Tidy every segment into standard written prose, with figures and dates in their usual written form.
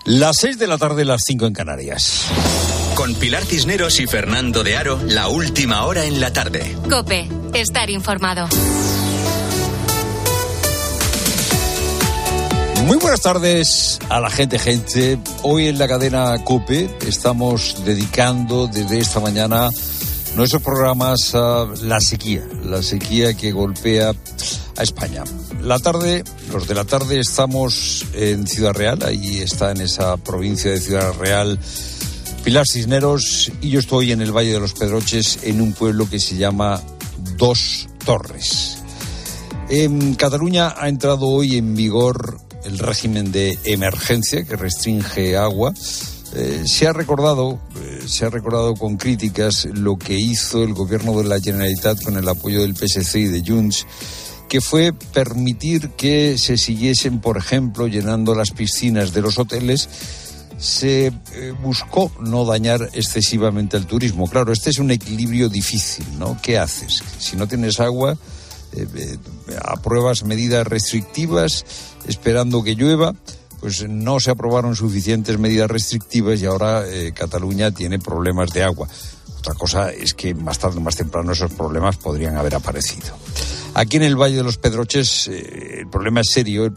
Las 6 de la tarde, las 5 en Canarias. Con Pilar Cisneros y Fernando de Aro, la última hora en la tarde. COPE, estar informado. Muy buenas tardes a la gente. Hoy en la cadena COPE estamos dedicando desde esta mañana nuestros programas a la sequía que golpea a España. Los de la tarde estamos en Ciudad Real, ahí está en esa provincia de Ciudad Real Pilar Cisneros, y yo estoy en el Valle de los Pedroches, en un pueblo que se llama Dos Torres. En Cataluña ha entrado hoy en vigor el régimen de emergencia que restringe agua. Se ha recordado con críticas lo que hizo el gobierno de la Generalitat con el apoyo del PSC y de Junts, que fue permitir que se siguiesen, por ejemplo, llenando las piscinas de los hoteles. Se buscó no dañar excesivamente el turismo. Claro, este es un equilibrio difícil, ¿no? ¿Qué haces? Si no tienes agua, apruebas medidas restrictivas esperando que llueva. Pues no se aprobaron suficientes medidas restrictivas y ahora Cataluña tiene problemas de agua. Otra cosa es que más tarde o más temprano esos problemas podrían haber aparecido. Aquí en el Valle de los Pedroches el problema es serio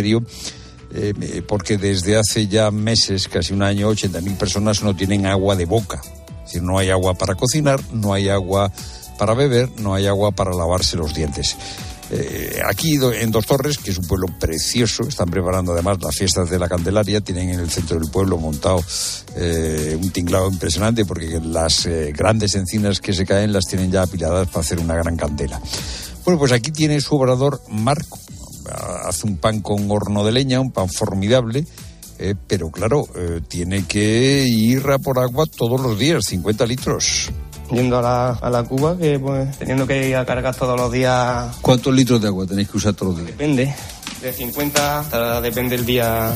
porque desde hace ya meses, casi un año, 80.000 personas no tienen agua de boca. Es decir, no hay agua para cocinar, no hay agua para beber, no hay agua para lavarse los dientes. Aquí en Dos Torres, que es un pueblo precioso, están preparando además las fiestas de la Candelaria, tienen en el centro del pueblo montado un tinglado impresionante porque las grandes encinas que se caen las tienen ya apiladas para hacer una gran candela. Bueno, pues aquí tiene su obrador Marco, hace un pan con horno de leña, un pan formidable, pero claro, tiene que ir a por agua todos los días, 50 litros. Yendo a la cuba, que pues teniendo que ir a cargar todos los días. ¿Cuántos litros de agua tenéis que usar todos los días? Depende, de 50 hasta depende el día.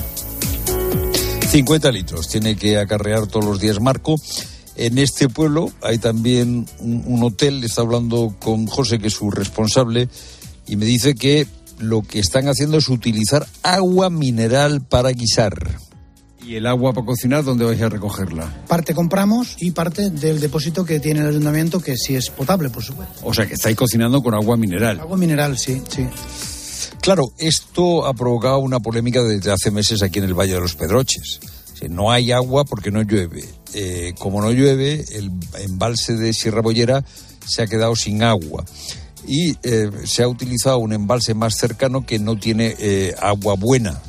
50 litros tiene que acarrear todos los días Marco. En este pueblo hay también un hotel, está hablando con José, que es su responsable, y me dice que lo que están haciendo es utilizar agua mineral para guisar. ¿Y el agua para cocinar, dónde vais a recogerla? Parte compramos y parte del depósito que tiene el ayuntamiento, que sí es potable, por supuesto. O sea, que estáis cocinando con agua mineral. Agua mineral, sí. Claro, esto ha provocado una polémica desde hace meses aquí en el Valle de los Pedroches. O sea, no hay agua porque no llueve. Como no llueve, el embalse de Sierra Bollera se ha quedado sin agua. Y se ha utilizado un embalse más cercano que no tiene agua buena,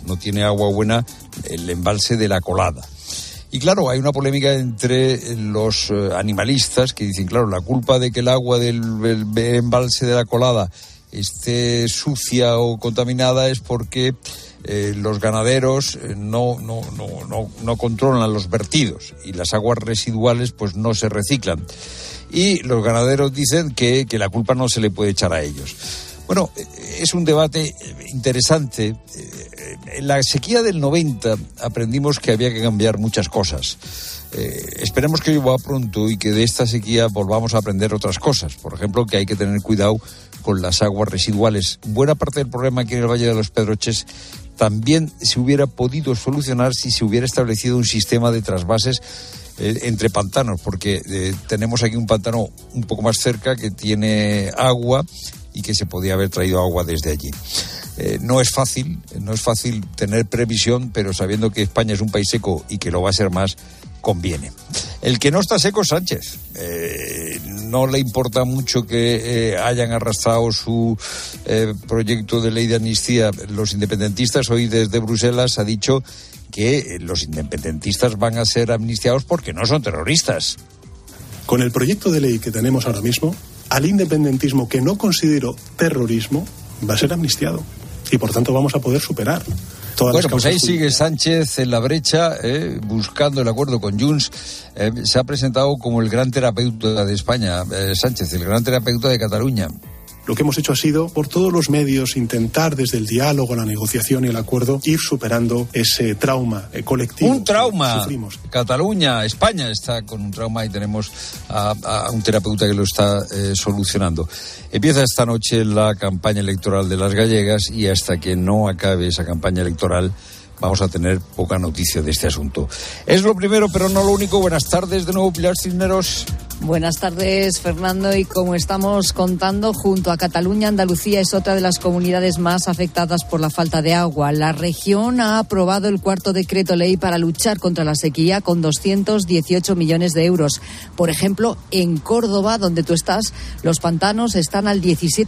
el embalse de La Colada. Y claro, hay una polémica entre los animalistas que dicen, claro, la culpa de que el agua del embalse de La Colada esté sucia o contaminada es porque los ganaderos no controlan los vertidos y las aguas residuales pues no se reciclan. Y los ganaderos dicen que la culpa no se le puede echar a ellos. Bueno, es un debate interesante. En la sequía del 90 aprendimos que había que cambiar muchas cosas. Esperemos que llueva pronto y que de esta sequía volvamos a aprender otras cosas. Por ejemplo, que hay que tener cuidado con las aguas residuales. Buena parte del problema aquí en el Valle de los Pedroches también se hubiera podido solucionar si se hubiera establecido un sistema de trasvases entre pantanos, porque tenemos aquí un pantano un poco más cerca que tiene agua y que se podía haber traído agua desde allí. No es fácil tener previsión, pero sabiendo que España es un país seco y que lo va a ser más, conviene. El que no está seco es Sánchez. No le importa mucho que hayan arrastrado su proyecto de ley de amnistía los independentistas. Hoy desde Bruselas ha dicho que los independentistas van a ser amnistiados porque no son terroristas. Con el proyecto de ley que tenemos ahora mismo, al independentismo que no considero terrorismo va a ser amnistiado y por tanto vamos a poder superar todas las causas. Pues ahí sigue Sánchez en la brecha, buscando el acuerdo con Junts. Se ha presentado como el gran terapeuta de España, Sánchez, el gran terapeuta de Cataluña. Lo que hemos hecho ha sido, por todos los medios, intentar desde el diálogo, la negociación y el acuerdo, ir superando ese trauma colectivo. Un trauma. Que sufrimos. Cataluña, España está con un trauma y tenemos a un terapeuta que lo está solucionando. Empieza esta noche la campaña electoral de las gallegas y hasta que no acabe esa campaña electoral, vamos a tener poca noticia de este asunto. Es lo primero, pero no lo único. Buenas tardes de nuevo, Pilar Cisneros. Buenas tardes, Fernando, y como estamos contando, junto a Cataluña, Andalucía es otra de las comunidades más afectadas por la falta de agua. La región ha aprobado el cuarto decreto ley para luchar contra la sequía con 218 millones de euros. Por ejemplo, en Córdoba, donde tú estás, los pantanos están al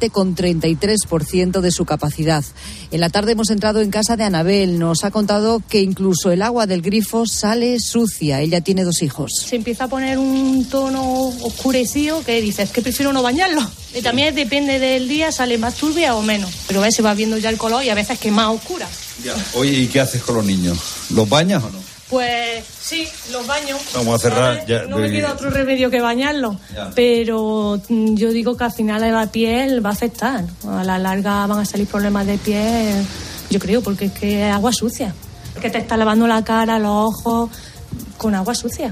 17,33% de su capacidad. En la tarde hemos entrado en casa de Anabel. Nos ha contado que incluso el agua del grifo sale sucia. Ella tiene 2 hijos. Se empieza a poner un tono oscurecido que dices que prefiero no bañarlo. Y también depende del día, sale más turbia o menos. Pero a veces va viendo ya el color y a veces que es más oscura. Ya. Oye, ¿y qué haces con los niños? ¿Los bañas o no? Pues sí, los baño. Vamos a cerrar. Ya, no me queda otro remedio que bañarlos. Pero yo digo que al final a la piel va a afectar. A la larga van a salir problemas de piel, yo creo, porque es que es agua sucia. Que te está lavando la cara, los ojos con agua sucia.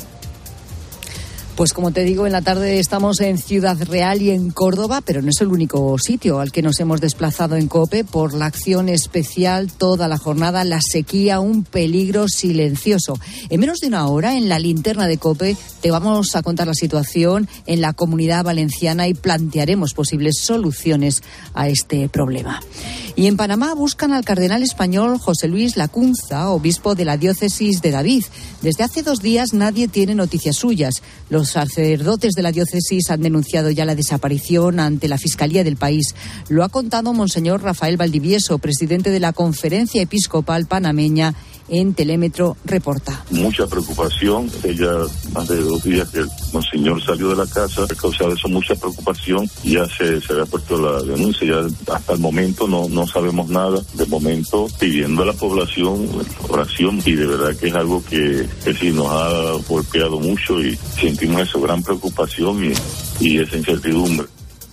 Pues como te digo, en la tarde estamos en Ciudad Real y en Córdoba, pero no es el único sitio al que nos hemos desplazado en COPE por la acción especial toda la jornada, la sequía, un peligro silencioso. En menos de una hora, en la linterna de COPE, te vamos a contar la situación en la Comunidad Valenciana y plantearemos posibles soluciones a este problema. Y en Panamá buscan al cardenal español José Luis Lacunza, obispo de la diócesis de David. Desde hace 2 días nadie tiene noticias suyas. Los sacerdotes de la diócesis han denunciado ya la desaparición ante la Fiscalía del país. Lo ha contado Monseñor Rafael Valdivieso, presidente de la Conferencia Episcopal Panameña, en Telémetro Reporta. Mucha preocupación. Ya más de 2 días que el monseñor salió de la casa. A causa de eso, mucha preocupación. Ya se había puesto la denuncia. Ya hasta el momento no sabemos nada. De momento, pidiendo a la población oración, y de verdad que es algo que sí nos ha golpeado mucho y sentimos eso, gran preocupación y esa incertidumbre.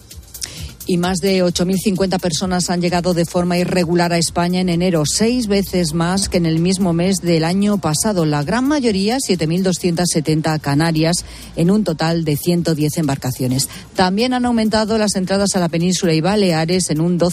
Y más de 8.050 personas han llegado de forma irregular a España en enero, 6 veces más que en el mismo mes del año pasado. La gran mayoría, 7.270 a Canarias, en un total de 110 embarcaciones. También han aumentado las entradas a la península y Baleares en un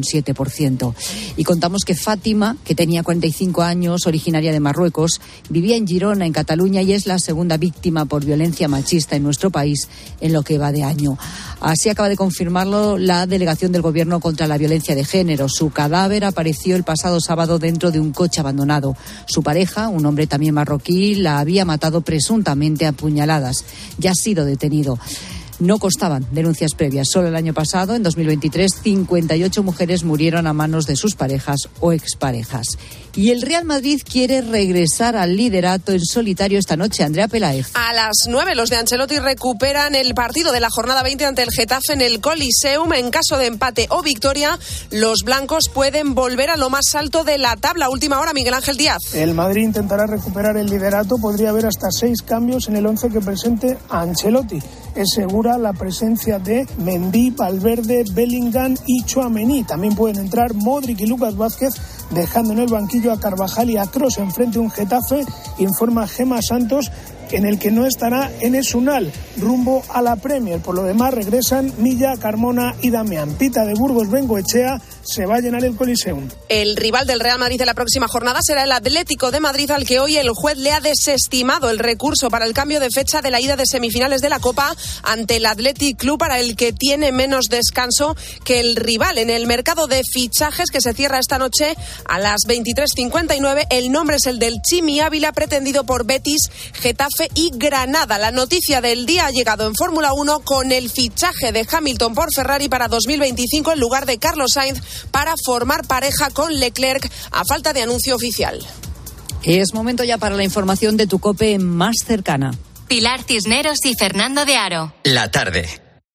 12,7%. Y contamos que Fátima, que tenía 45 años, originaria de Marruecos, vivía en Girona, en Cataluña, y es la segunda víctima por violencia machista en nuestro país en lo que va de año. Así acaba de confirmarlo la delegación del Gobierno contra la violencia de género. Su cadáver apareció el pasado sábado dentro de un coche abandonado. Su pareja, un hombre también marroquí, la había matado presuntamente a puñaladas. Ya ha sido detenido. No constaban denuncias previas. Solo el año pasado, en 2023, 58 mujeres murieron a manos de sus parejas o exparejas. Y el Real Madrid quiere regresar al liderato en solitario esta noche. Andrea Peláez. A las 9 los de Ancelotti recuperan el partido de la jornada 20 ante el Getafe en el Coliseum. En caso de empate o victoria, los blancos pueden volver a lo más alto de la tabla. Última hora, Miguel Ángel Díaz. El Madrid intentará recuperar el liderato. Podría haber hasta 6 cambios en el 11 que presente Ancelotti. Es segura la presencia de Mendy, Valverde, Bellingham y Tchouaméni. También pueden entrar Modric y Lucas Vázquez, dejando en el banquillo a Carvajal y a Kroos enfrente a un Getafe, informa Gemma Santos, en el que no estará Enes Unal, rumbo a la Premier. Por lo demás regresan Milla, Carmona y Damián. Pita de Burgos, Bengoechea, se va a llenar el Coliseum. El rival del Real Madrid de la próxima jornada será el Atlético de Madrid, al que hoy el juez le ha desestimado el recurso para el cambio de fecha de la ida de semifinales de la Copa ante el Athletic Club, para el que tiene menos descanso que el rival. En el mercado de fichajes, que se cierra esta noche a las 23:59, el nombre es el del Chimi Ávila, pretendido por Betis, Getafe y Granada. La noticia del día ha llegado en Fórmula 1 con el fichaje de Hamilton por Ferrari para 2025 en lugar de Carlos Sainz, para formar pareja con Leclerc a falta de anuncio oficial. Es momento ya para la información de tu COPE más cercana. Pilar Cisneros y Fernando de Aro. La tarde.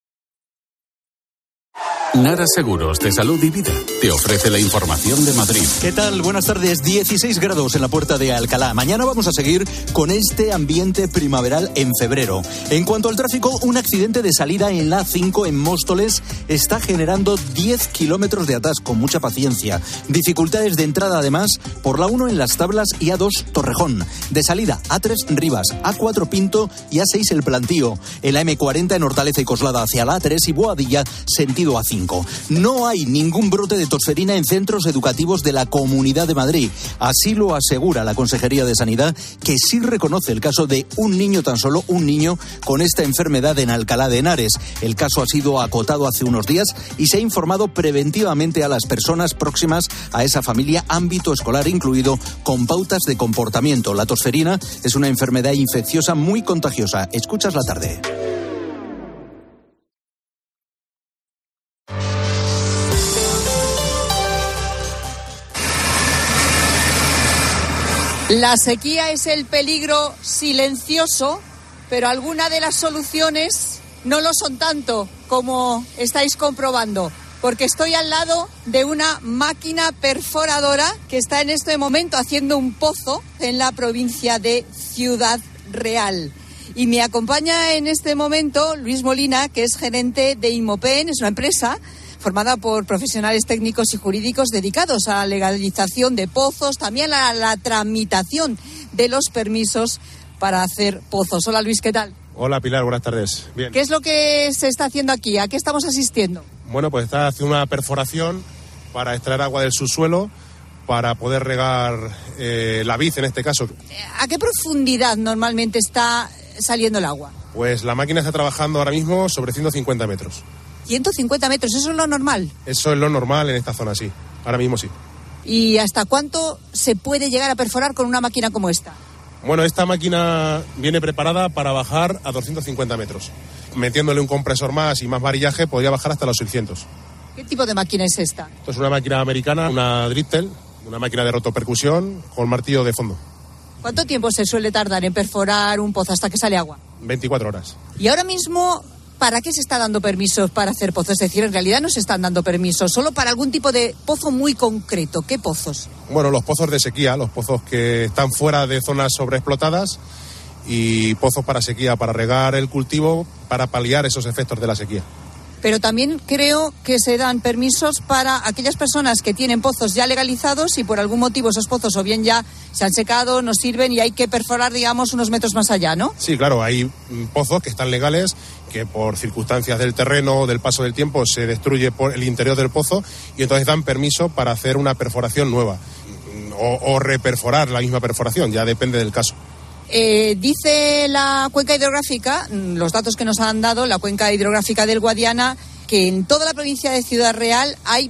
Nara Seguros de Salud y Vida te ofrece la información de Madrid. ¿Qué tal? Buenas tardes. 16 grados en la Puerta de Alcalá. Mañana vamos a seguir con este ambiente primaveral en febrero. En cuanto al tráfico, un accidente de salida en la A5 en Móstoles está generando 10 kilómetros de atasco. Mucha paciencia. Dificultades de entrada, además, por la 1 en Las Tablas y A2 Torrejón. De salida, A3 Rivas, A4 Pinto y A6 El Plantío. En la M40 en Hortaleza y Coslada hacia la A3 y Boadilla, sentido A5. 5. No hay ningún brote de tosferina en centros educativos de la Comunidad de Madrid. Así lo asegura la Consejería de Sanidad, que sí reconoce el caso de un niño, tan solo un niño, con esta enfermedad en Alcalá de Henares. El caso ha sido acotado hace unos días y se ha informado preventivamente a las personas próximas a esa familia, ámbito escolar incluido, con pautas de comportamiento. La tosferina es una enfermedad infecciosa muy contagiosa. Escuchas la tarde. La sequía es el peligro silencioso, pero algunas de las soluciones no lo son tanto, como estáis comprobando, porque estoy al lado de una máquina perforadora que está en este momento haciendo un pozo en la provincia de Ciudad Real. Y me acompaña en este momento Luis Molina, que es gerente de Imopen, es una empresa formada por profesionales técnicos y jurídicos dedicados a la legalización de pozos, también a la tramitación de los permisos para hacer pozos. Hola Luis, ¿qué tal? Hola Pilar, buenas tardes. Bien. ¿Qué es lo que se está haciendo aquí? ¿A qué estamos asistiendo? Bueno, pues está haciendo una perforación para extraer agua del subsuelo para poder regar la vid en este caso. ¿A qué profundidad normalmente está saliendo el agua? Pues la máquina está trabajando ahora mismo sobre 150 metros. 150 metros, ¿eso es lo normal? Eso es lo normal en esta zona, sí. Ahora mismo sí. ¿Y hasta cuánto se puede llegar a perforar con una máquina como esta? Bueno, esta máquina viene preparada para bajar a 250 metros. Metiéndole un compresor más y más varillaje podría bajar hasta los 600. ¿Qué tipo de máquina es esta? Esto es una máquina americana, una Driftel, una máquina de rotopercusión con martillo de fondo. ¿Cuánto tiempo se suele tardar en perforar un pozo hasta que sale agua? 24 horas. Y ahora mismo, ¿para qué se está dando permisos para hacer pozos? Es decir, en realidad no se están dando permisos, solo para algún tipo de pozo muy concreto. ¿Qué pozos? Bueno, los pozos de sequía, los pozos que están fuera de zonas sobreexplotadas y pozos para sequía, para regar el cultivo, para paliar esos efectos de la sequía. Pero también creo que se dan permisos para aquellas personas que tienen pozos ya legalizados y por algún motivo esos pozos o bien ya se han secado, no sirven y hay que perforar, digamos, unos metros más allá, ¿no? Sí, claro, hay pozos que están legales, que por circunstancias del terreno, del paso del tiempo, se destruye por el interior del pozo y entonces dan permiso para hacer una perforación nueva o reperforar la misma perforación, ya depende del caso. Dice la cuenca hidrográfica, los datos que nos han dado, la cuenca hidrográfica del Guadiana, que en toda la provincia de Ciudad Real hay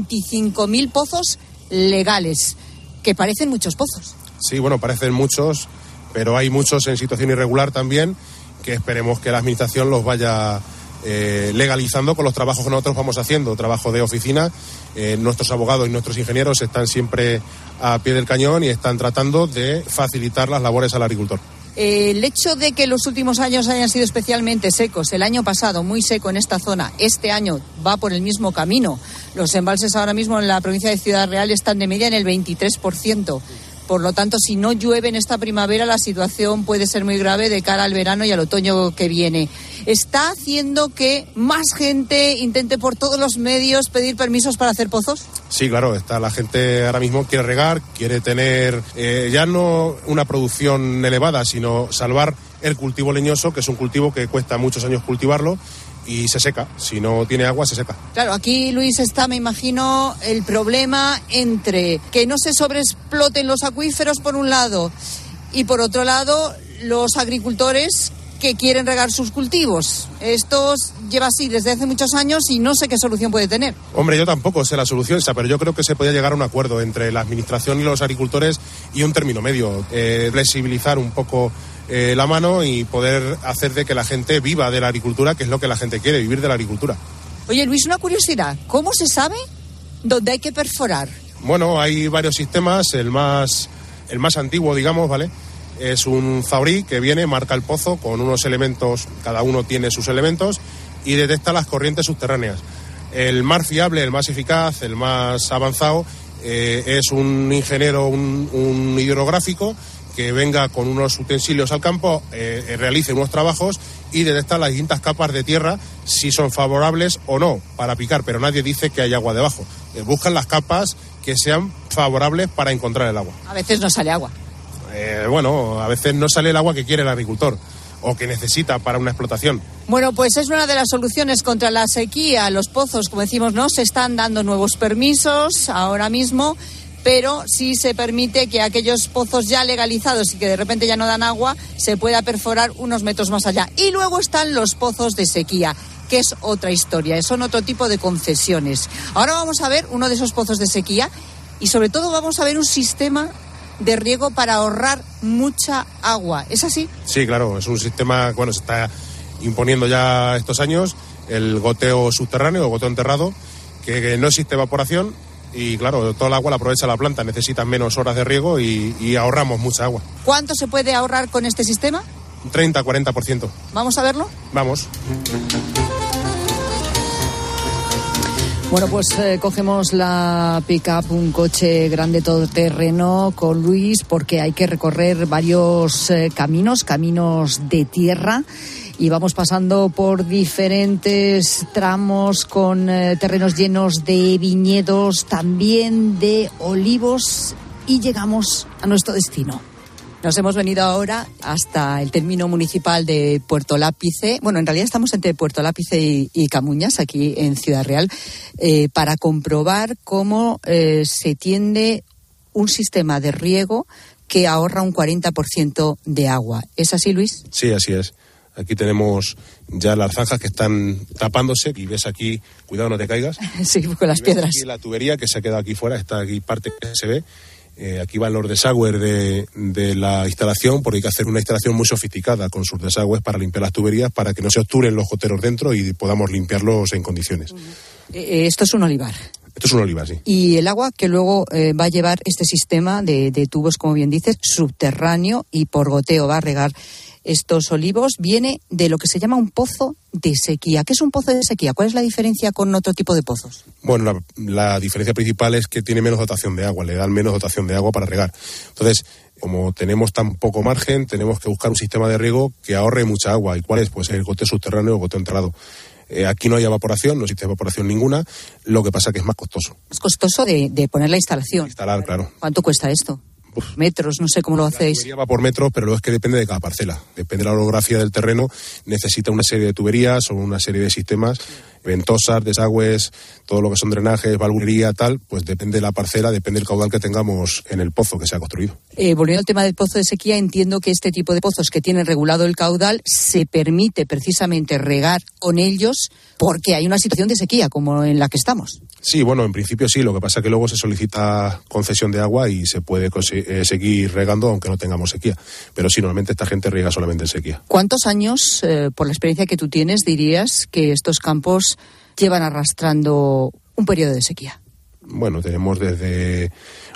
25.000 pozos legales, que parecen muchos pozos. Sí, bueno, parecen muchos, pero hay muchos en situación irregular también, que esperemos que la Administración los vaya legalizando con los trabajos que nosotros vamos haciendo, trabajo de oficina. Nuestros abogados y nuestros ingenieros están siempre a pie del cañón y están tratando de facilitar las labores al agricultor. El hecho de que los últimos años hayan sido especialmente secos, el año pasado muy seco en esta zona, este año va por el mismo camino. Los embalses ahora mismo en la provincia de Ciudad Real están de media en el 23%. Por lo tanto, si no llueve en esta primavera, la situación puede ser muy grave de cara al verano y al otoño que viene. ¿Está haciendo que más gente intente por todos los medios pedir permisos para hacer pozos? Sí, claro, la gente ahora mismo quiere regar, quiere tener ya no una producción elevada, sino salvar el cultivo leñoso, que es un cultivo que cuesta muchos años cultivarlo y se seca. Si no tiene agua, se seca. Claro, aquí, Luis, está, me imagino, el problema entre que no se sobreexploten los acuíferos por un lado y por otro lado los agricultores que quieren regar sus cultivos. Esto lleva así desde hace muchos años y no sé qué solución puede tener. Hombre, yo tampoco sé la solución esa, pero yo creo que se podía llegar a un acuerdo entre la Administración y los agricultores y un término medio, flexibilizar un poco la mano y poder hacer de que la gente viva de la agricultura, que es lo que la gente quiere, vivir de la agricultura. Oye, Luis, una curiosidad, ¿cómo se sabe dónde hay que perforar? Bueno, hay varios sistemas, el más antiguo, digamos, ¿vale? Es un zaurí que viene, marca el pozo con unos elementos, cada uno tiene sus elementos y detecta las corrientes subterráneas. El más fiable, el más eficaz, el más avanzado es un ingeniero, un hidrográfico que venga con unos utensilios al campo, realice unos trabajos y detecta las distintas capas de tierra si son favorables o no para picar, pero nadie dice que hay agua debajo. Buscan las capas que sean favorables para encontrar el agua. A veces no sale agua. Bueno, a veces no sale el agua que quiere el agricultor. o que necesita para una explotación. Bueno, pues es una de las soluciones contra la sequía. Los pozos, como decimos, no se están dando nuevos permisos ahora mismo, pero sí se permite que aquellos pozos ya legalizados y que de repente ya no dan agua, se pueda perforar unos metros más allá. Y luego están los pozos de sequía, que es otra historia, son otro tipo de concesiones. Ahora vamos a ver uno de esos pozos de sequía y sobre todo vamos a ver un sistema de riego para ahorrar mucha agua. ¿Es así? Sí, claro, es un sistema, se está imponiendo ya estos años, el goteo subterráneo, el goteo enterrado, que no existe evaporación y claro, toda el agua la aprovecha la planta, necesita menos horas de riego y ahorramos mucha agua. ¿Cuánto se puede ahorrar con este sistema? 30-40%. ¿Vamos a verlo? Vamos. Bueno, pues cogemos la pick-up, un coche grande todoterreno con Luis, porque hay que recorrer varios caminos de tierra, y vamos pasando por diferentes tramos con terrenos llenos de viñedos, también de olivos, y llegamos a nuestro destino. Nos hemos venido ahora hasta el término municipal de Puerto Lápice. Bueno, en realidad estamos entre Puerto Lápice y Camuñas, aquí en Ciudad Real, para comprobar cómo se tiende un sistema de riego que ahorra un 40% de agua. ¿Es así, Luis? Sí, así es. Aquí tenemos ya las zanjas que están tapándose y ves aquí, cuidado no te caigas. Sí, con las piedras. Aquí la tubería que se ha quedado aquí fuera, está aquí parte que se ve. Aquí van los desagües de la instalación, porque hay que hacer una instalación muy sofisticada con sus desagües para limpiar las tuberías, para que no se obturen los goteros dentro y podamos limpiarlos en condiciones. Esto es un olivar. Esto es un olivar, sí. Y el agua que luego va a llevar este sistema de tubos, como bien dices, subterráneo, y por goteo va a regar estos olivos, viene de lo que se llama un pozo de sequía. ¿Qué es un pozo de sequía? ¿Cuál es la diferencia con otro tipo de pozos? Bueno, la diferencia principal es que tiene menos dotación de agua, le dan menos dotación de agua para regar. Entonces, como tenemos tan poco margen, tenemos que buscar un sistema de riego que ahorre mucha agua. ¿Y cuál es? Pues el goteo subterráneo o el goteo enterrado. Aquí no hay evaporación, no existe evaporación ninguna, lo que pasa que es más costoso. Es costoso de poner la instalación. Instalar, claro. ¿Cuánto cuesta esto? Metros, no sé cómo lo hacéis. La tubería va por metros, pero luego es que depende de cada parcela. Depende de la orografía del terreno, necesita una serie de tuberías o una serie de sistemas, ventosas, desagües, todo lo que son drenajes, valvulería, tal, pues depende de la parcela, depende del caudal que tengamos en el pozo que se ha construido. Volviendo al tema del pozo de sequía, entiendo que este tipo de pozos que tienen regulado el caudal, se permite precisamente regar con ellos porque hay una situación de sequía como en la que estamos. Sí, bueno, en principio sí, lo que pasa es que luego se solicita concesión de agua y se puede seguir regando aunque no tengamos sequía. Pero sí, normalmente esta gente riega solamente en sequía. ¿Cuántos años, por la experiencia que tú tienes, dirías que estos campos llevan arrastrando un periodo de sequía? Bueno, tenemos desde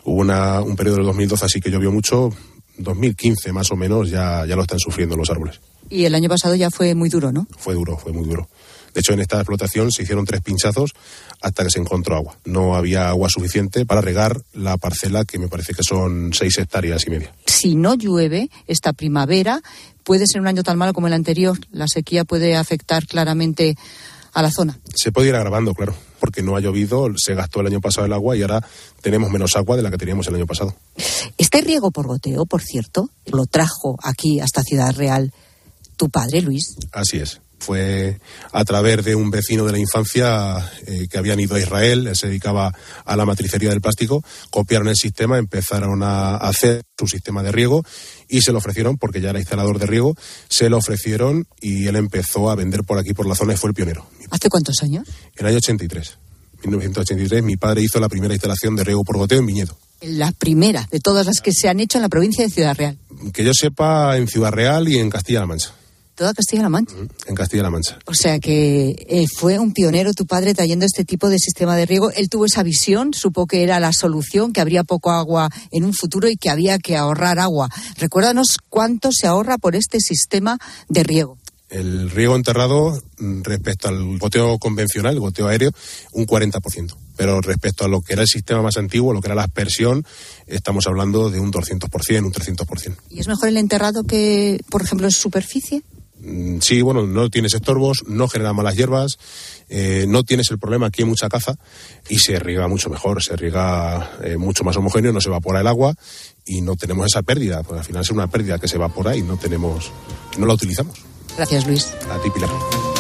un periodo del 2012, así que llovió mucho, 2015 más o menos, ya lo están sufriendo los árboles. Y el año pasado ya fue muy duro, ¿no? Fue muy duro. De hecho, en esta explotación se hicieron 3 pinchazos hasta que se encontró agua. No había agua suficiente para regar la parcela, que me parece que son 6 hectáreas y media. Si no llueve esta primavera, puede ser un año tan malo como el anterior. La sequía puede afectar claramente a la zona. Se puede ir agravando, claro, porque no ha llovido, se gastó el año pasado el agua y ahora tenemos menos agua de la que teníamos el año pasado. Este riego por goteo, por cierto, lo trajo aquí hasta Ciudad Real tu padre, Luis. Así es. Fue a través de un vecino de la infancia que habían ido a Israel, él se dedicaba a la matricería del plástico, copiaron el sistema, empezaron a hacer su sistema de riego y se lo ofrecieron, porque ya era instalador de riego, se lo ofrecieron y él empezó a vender por aquí, por la zona, y fue el pionero. ¿Hace cuántos años? En el año 83. 1983, mi padre hizo la primera instalación de riego por goteo en viñedo. La primera de todas las que se han hecho en la provincia de Ciudad Real. Que yo sepa, en Ciudad Real y en Castilla-La Mancha. ¿Toda Castilla-La Mancha? En Castilla-La Mancha. O sea que fue un pionero tu padre trayendo este tipo de sistema de riego. Él tuvo esa visión, supo que era la solución, que habría poco agua en un futuro y que había que ahorrar agua. Recuérdanos cuánto se ahorra por este sistema de riego. El riego enterrado, respecto al goteo convencional, el goteo aéreo, un 40%. Pero respecto a lo que era el sistema más antiguo, lo que era la aspersión, estamos hablando de un 200%, un 300%. ¿Y es mejor el enterrado que, por ejemplo, en superficie? Sí, bueno, no tienes estorbos, no genera malas hierbas, no tienes el problema, aquí hay mucha caza y se riega mucho mejor, se riega mucho más homogéneo, no se evapora el agua y no tenemos esa pérdida, pues al final es una pérdida que se evapora y no la utilizamos. Gracias, Luis. A ti, Pilar.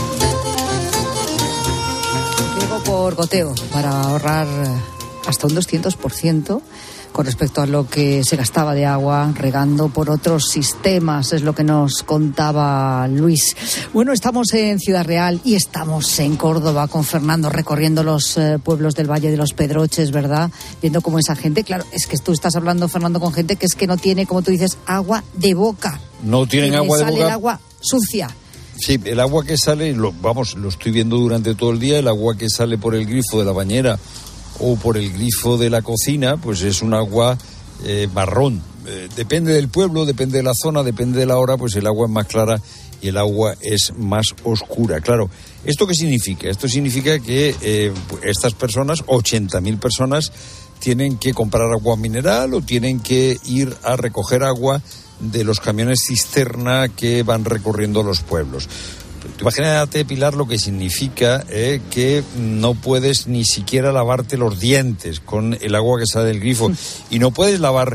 Riego por goteo para ahorrar hasta un 200% con respecto a lo que se gastaba de agua regando por otros sistemas, es lo que nos contaba Luis. Bueno, estamos en Ciudad Real y estamos en Córdoba con Fernando recorriendo los pueblos del Valle de los Pedroches, ¿verdad? Viendo cómo esa gente, claro, es que tú estás hablando, Fernando, con gente que es que no tiene, como tú dices, agua de boca. No tienen agua de boca. Sale el agua sucia. Sí, el agua que sale, lo estoy viendo durante todo el día, el agua que sale por el grifo de la bañera o por el grifo de la cocina, pues es un agua marrón. Depende del pueblo, depende de la zona, depende de la hora, pues el agua es más clara y el agua es más oscura. Claro, ¿esto qué significa? Esto significa que estas personas, 80.000 personas, tienen que comprar agua mineral o tienen que ir a recoger agua de los camiones cisterna que van recorriendo los pueblos. Imagínate, Pilar, lo que significa que no puedes ni siquiera lavarte los dientes con el agua que sale del grifo y no puedes lavar,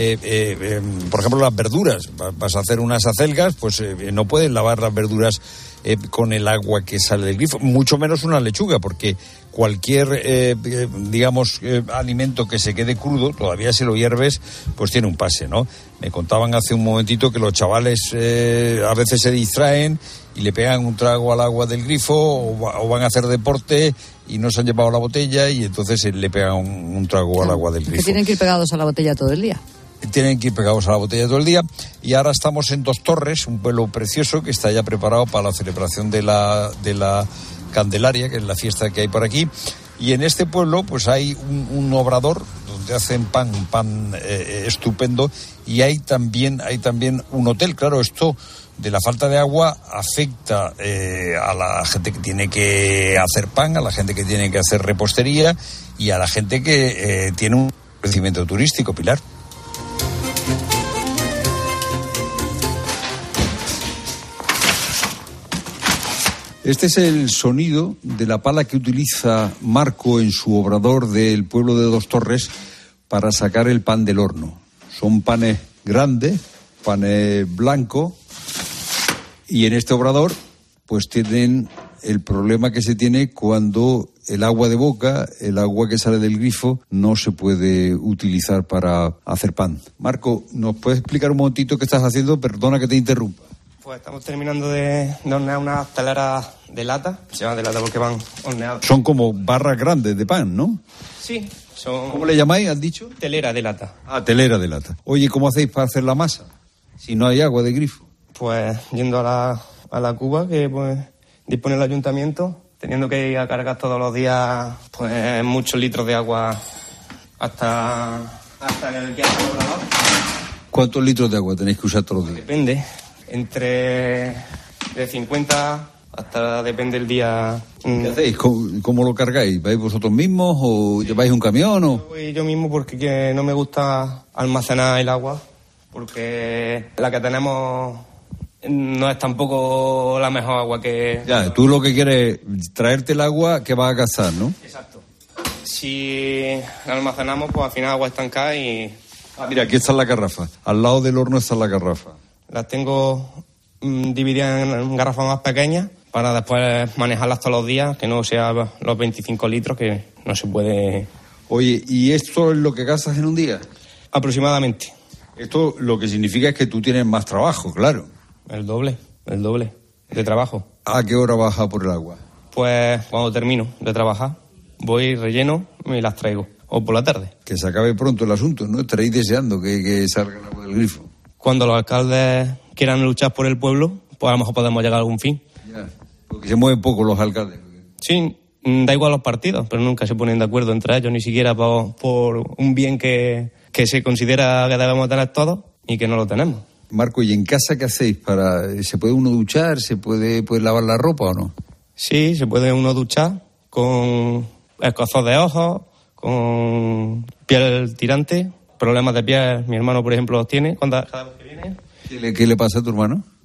por ejemplo, las verduras. Vas a hacer unas acelgas, pues no puedes lavar las verduras con el agua que sale del grifo, mucho menos una lechuga, porque cualquier, alimento que se quede crudo, todavía si lo hierves, pues tiene un pase, ¿no? Me contaban hace un momentito que los chavales a veces se distraen y le pegan un trago al agua del grifo o van a hacer deporte y no se han llevado la botella y entonces le pegan un trago al agua del grifo. Que tienen que ir pegados a la botella todo el día. Tienen que ir pegados a la botella todo el día. Y ahora estamos en Dos Torres, un pueblo precioso que está ya preparado para la celebración de la Candelaria, que es la fiesta que hay por aquí. Y en este pueblo pues hay un obrador donde hacen pan estupendo, y hay también un hotel. Claro, esto de la falta de agua afecta a la gente que tiene que hacer pan, a la gente que tiene que hacer repostería y a la gente que tiene un crecimiento turístico, Pilar. Este es el sonido de la pala que utiliza Marco en su obrador del pueblo de Dos Torres para sacar el pan del horno. Son panes grandes, panes blancos, y en este obrador pues tienen el problema que se tiene cuando el agua de boca, el agua que sale del grifo, no se puede utilizar para hacer pan. Marco, ¿nos puedes explicar un momentito qué estás haciendo? Perdona que te interrumpa. Pues estamos terminando de hornear unas teleras de lata. Se llaman de lata porque van horneadas. Son como barras grandes de pan, ¿no? Sí, son... ¿Cómo le llamáis, has dicho? Telera de lata. Ah, telera de lata. Oye, ¿cómo hacéis para hacer la masa si no hay agua de grifo? Pues yendo a la cuba que pues dispone el ayuntamiento, teniendo que ir a cargar todos los días pues muchos litros de agua hasta el que hace el obrador. ¿Cuántos litros de agua tenéis que usar todos los días? Depende. Entre de 50 hasta depende el día. ¿Qué hacéis? ¿Cómo lo cargáis? ¿Vais vosotros mismos o lleváis un camión? Voy yo mismo porque no me gusta almacenar el agua, porque la que tenemos no es tampoco la mejor agua que... Ya, tú lo que quieres es traerte el agua que vas a gastar, ¿no? Exacto. Si la almacenamos, pues al final agua estancada y... Ah, mira, aquí está la garrafa. Al lado del horno está la garrafa. Las tengo divididas en garrafas más pequeñas para después manejarlas todos los días, que no sea los 25 litros, que no se puede... Oye, ¿y esto es lo que gastas en un día? Aproximadamente. Esto lo que significa es que tú tienes más trabajo, claro. El doble de trabajo. ¿A qué hora vas a por el agua? Pues cuando termino de trabajar, voy, relleno y las traigo. O por la tarde. Que se acabe pronto el asunto, ¿no? Estaréis deseando que salga el agua del grifo. Cuando los alcaldes quieran luchar por el pueblo, pues a lo mejor podemos llegar a algún fin. Ya, porque se mueven poco los alcaldes. Sí, da igual los partidos, pero nunca se ponen de acuerdo entre ellos, ni siquiera por un bien que se considera que debemos tener todos y que no lo tenemos. Marco, ¿y en casa qué hacéis? ¿Se puede uno duchar? ¿Se puede lavar la ropa o no? Sí, se puede uno duchar con escozor de ojos, con piel tirante. Problemas de piel, mi hermano, por ejemplo, los tiene cada vez que viene. ¿Qué le pasa a tu hermano?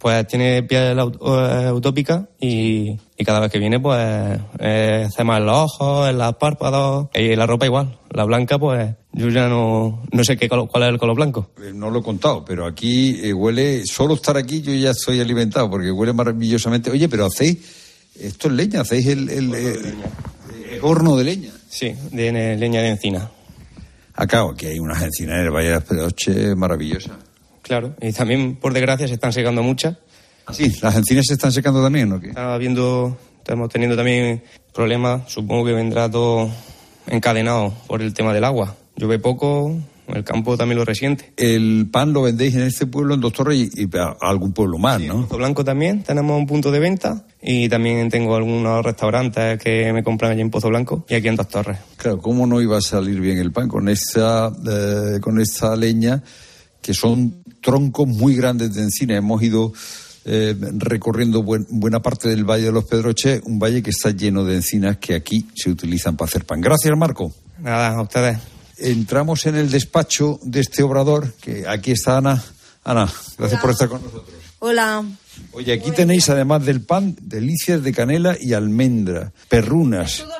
Pues tiene piel autópica y cada vez que viene pues eczema en los ojos, en los párpados y la ropa igual. La blanca pues yo ya no sé cuál es el color blanco. No lo he contado, pero aquí huele, solo estar aquí yo ya estoy alimentado porque huele maravillosamente. Oye, pero hacéis, esto es leña, hacéis el horno de leña. Sí, de leña de encina. Acá aquí hay unas encinas en el Valle de los Pedroches maravillosas. Claro, y también, por desgracia, se están secando muchas. Sí, las encinas se están secando también, ¿no? Estamos teniendo también problemas, supongo que vendrá todo encadenado por el tema del agua. Llueve poco, el campo también lo resiente. El pan lo vendéis en este pueblo, en Dos Torres, y a algún pueblo más, ¿no? En Pozo Blanco también tenemos un punto de venta y también tengo algunos restaurantes que me compran allí en Pozo Blanco y aquí en Dos Torres. Claro, ¿cómo no iba a salir bien el pan con esta leña, que son troncos muy grandes de encina? Hemos ido recorriendo buena parte del Valle de los Pedroches, un valle que está lleno de encinas que aquí se utilizan para hacer pan. Gracias, Marco. Nada, a ustedes. Entramos en el despacho de este obrador, que aquí está Ana. Ana, gracias por estar con nosotros. Hola. Oye, aquí tenéis, además del pan, delicias de canela y almendra, perrunas. Todo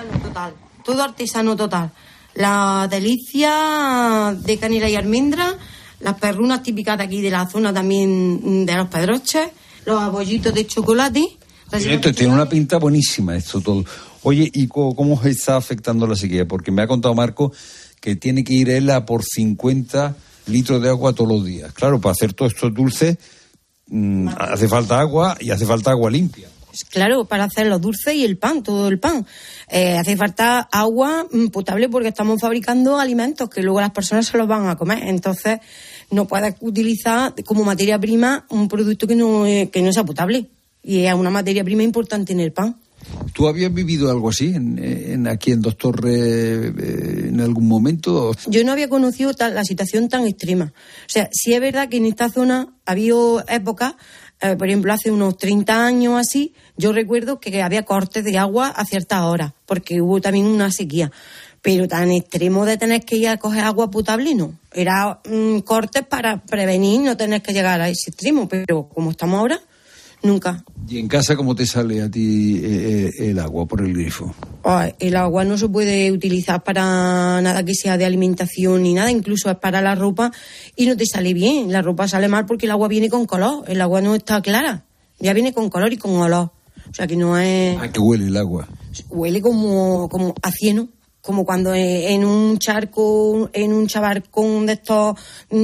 artesano total. La delicia de canela y almendra, las perrunas típicas de aquí de la zona también de los Pedroches, los abollitos de chocolate. Tiene una pinta buenísima esto todo. Oye, ¿y cómo os está afectando la sequía? Porque me ha contado Marco que tiene que ir él a por 50 litros de agua todos los días. Claro, para hacer todos estos dulces hace falta agua y hace falta agua limpia. Claro, para hacer los dulces y el pan, todo el pan. Hace falta agua potable porque estamos fabricando alimentos que luego las personas se los van a comer. Entonces, no puedes utilizar como materia prima un producto que no sea potable. Y es una materia prima importante en el pan. ¿Tú habías vivido algo así aquí en Dos Torres en algún momento? Yo no había conocido la situación tan extrema. O sea, sí es verdad que en esta zona ha habido épocas, por ejemplo, hace unos 30 años así, yo recuerdo que había cortes de agua a ciertas horas, porque hubo también una sequía. Pero tan extremo de tener que ir a coger agua potable, no. Era cortes para prevenir no tener que llegar a ese extremo, pero como estamos ahora, nunca. ¿Y en casa cómo te sale a ti el agua por el grifo? El agua no se puede utilizar para nada que sea de alimentación ni nada, incluso es para la ropa y no te sale bien. La ropa sale mal porque el agua viene con color, el agua no está clara, ya viene con color y con olor. O sea que no es... ¿A qué huele el agua? Huele como a cieno, como cuando en un charco, en un chabarcón de estos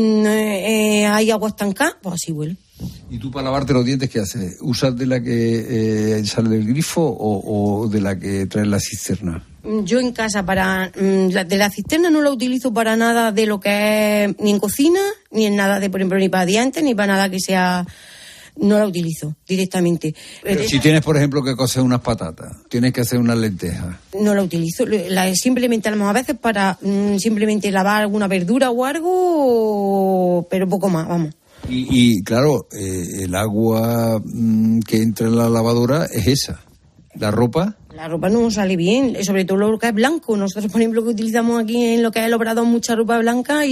hay agua estancada, pues así huele. ¿Y tú para lavarte los dientes qué haces? ¿Usas de la que sale del grifo o de la que trae la cisterna? Yo en casa de la cisterna no la utilizo para nada de lo que es ni en cocina, ni en nada de, por ejemplo, ni para dientes, ni para nada que sea... No la utilizo directamente. Pero si tienes, por ejemplo, que cocer unas patatas, tienes que hacer unas lentejas. No la utilizo. Simplemente a veces para simplemente lavar alguna verdura o algo, pero poco más, vamos. Y claro, el agua que entra en la lavadora es esa. ¿La ropa? La ropa no sale bien, sobre todo lo que es blanco. Nosotros, por ejemplo, que utilizamos aquí en lo que es el obrador mucha ropa blanca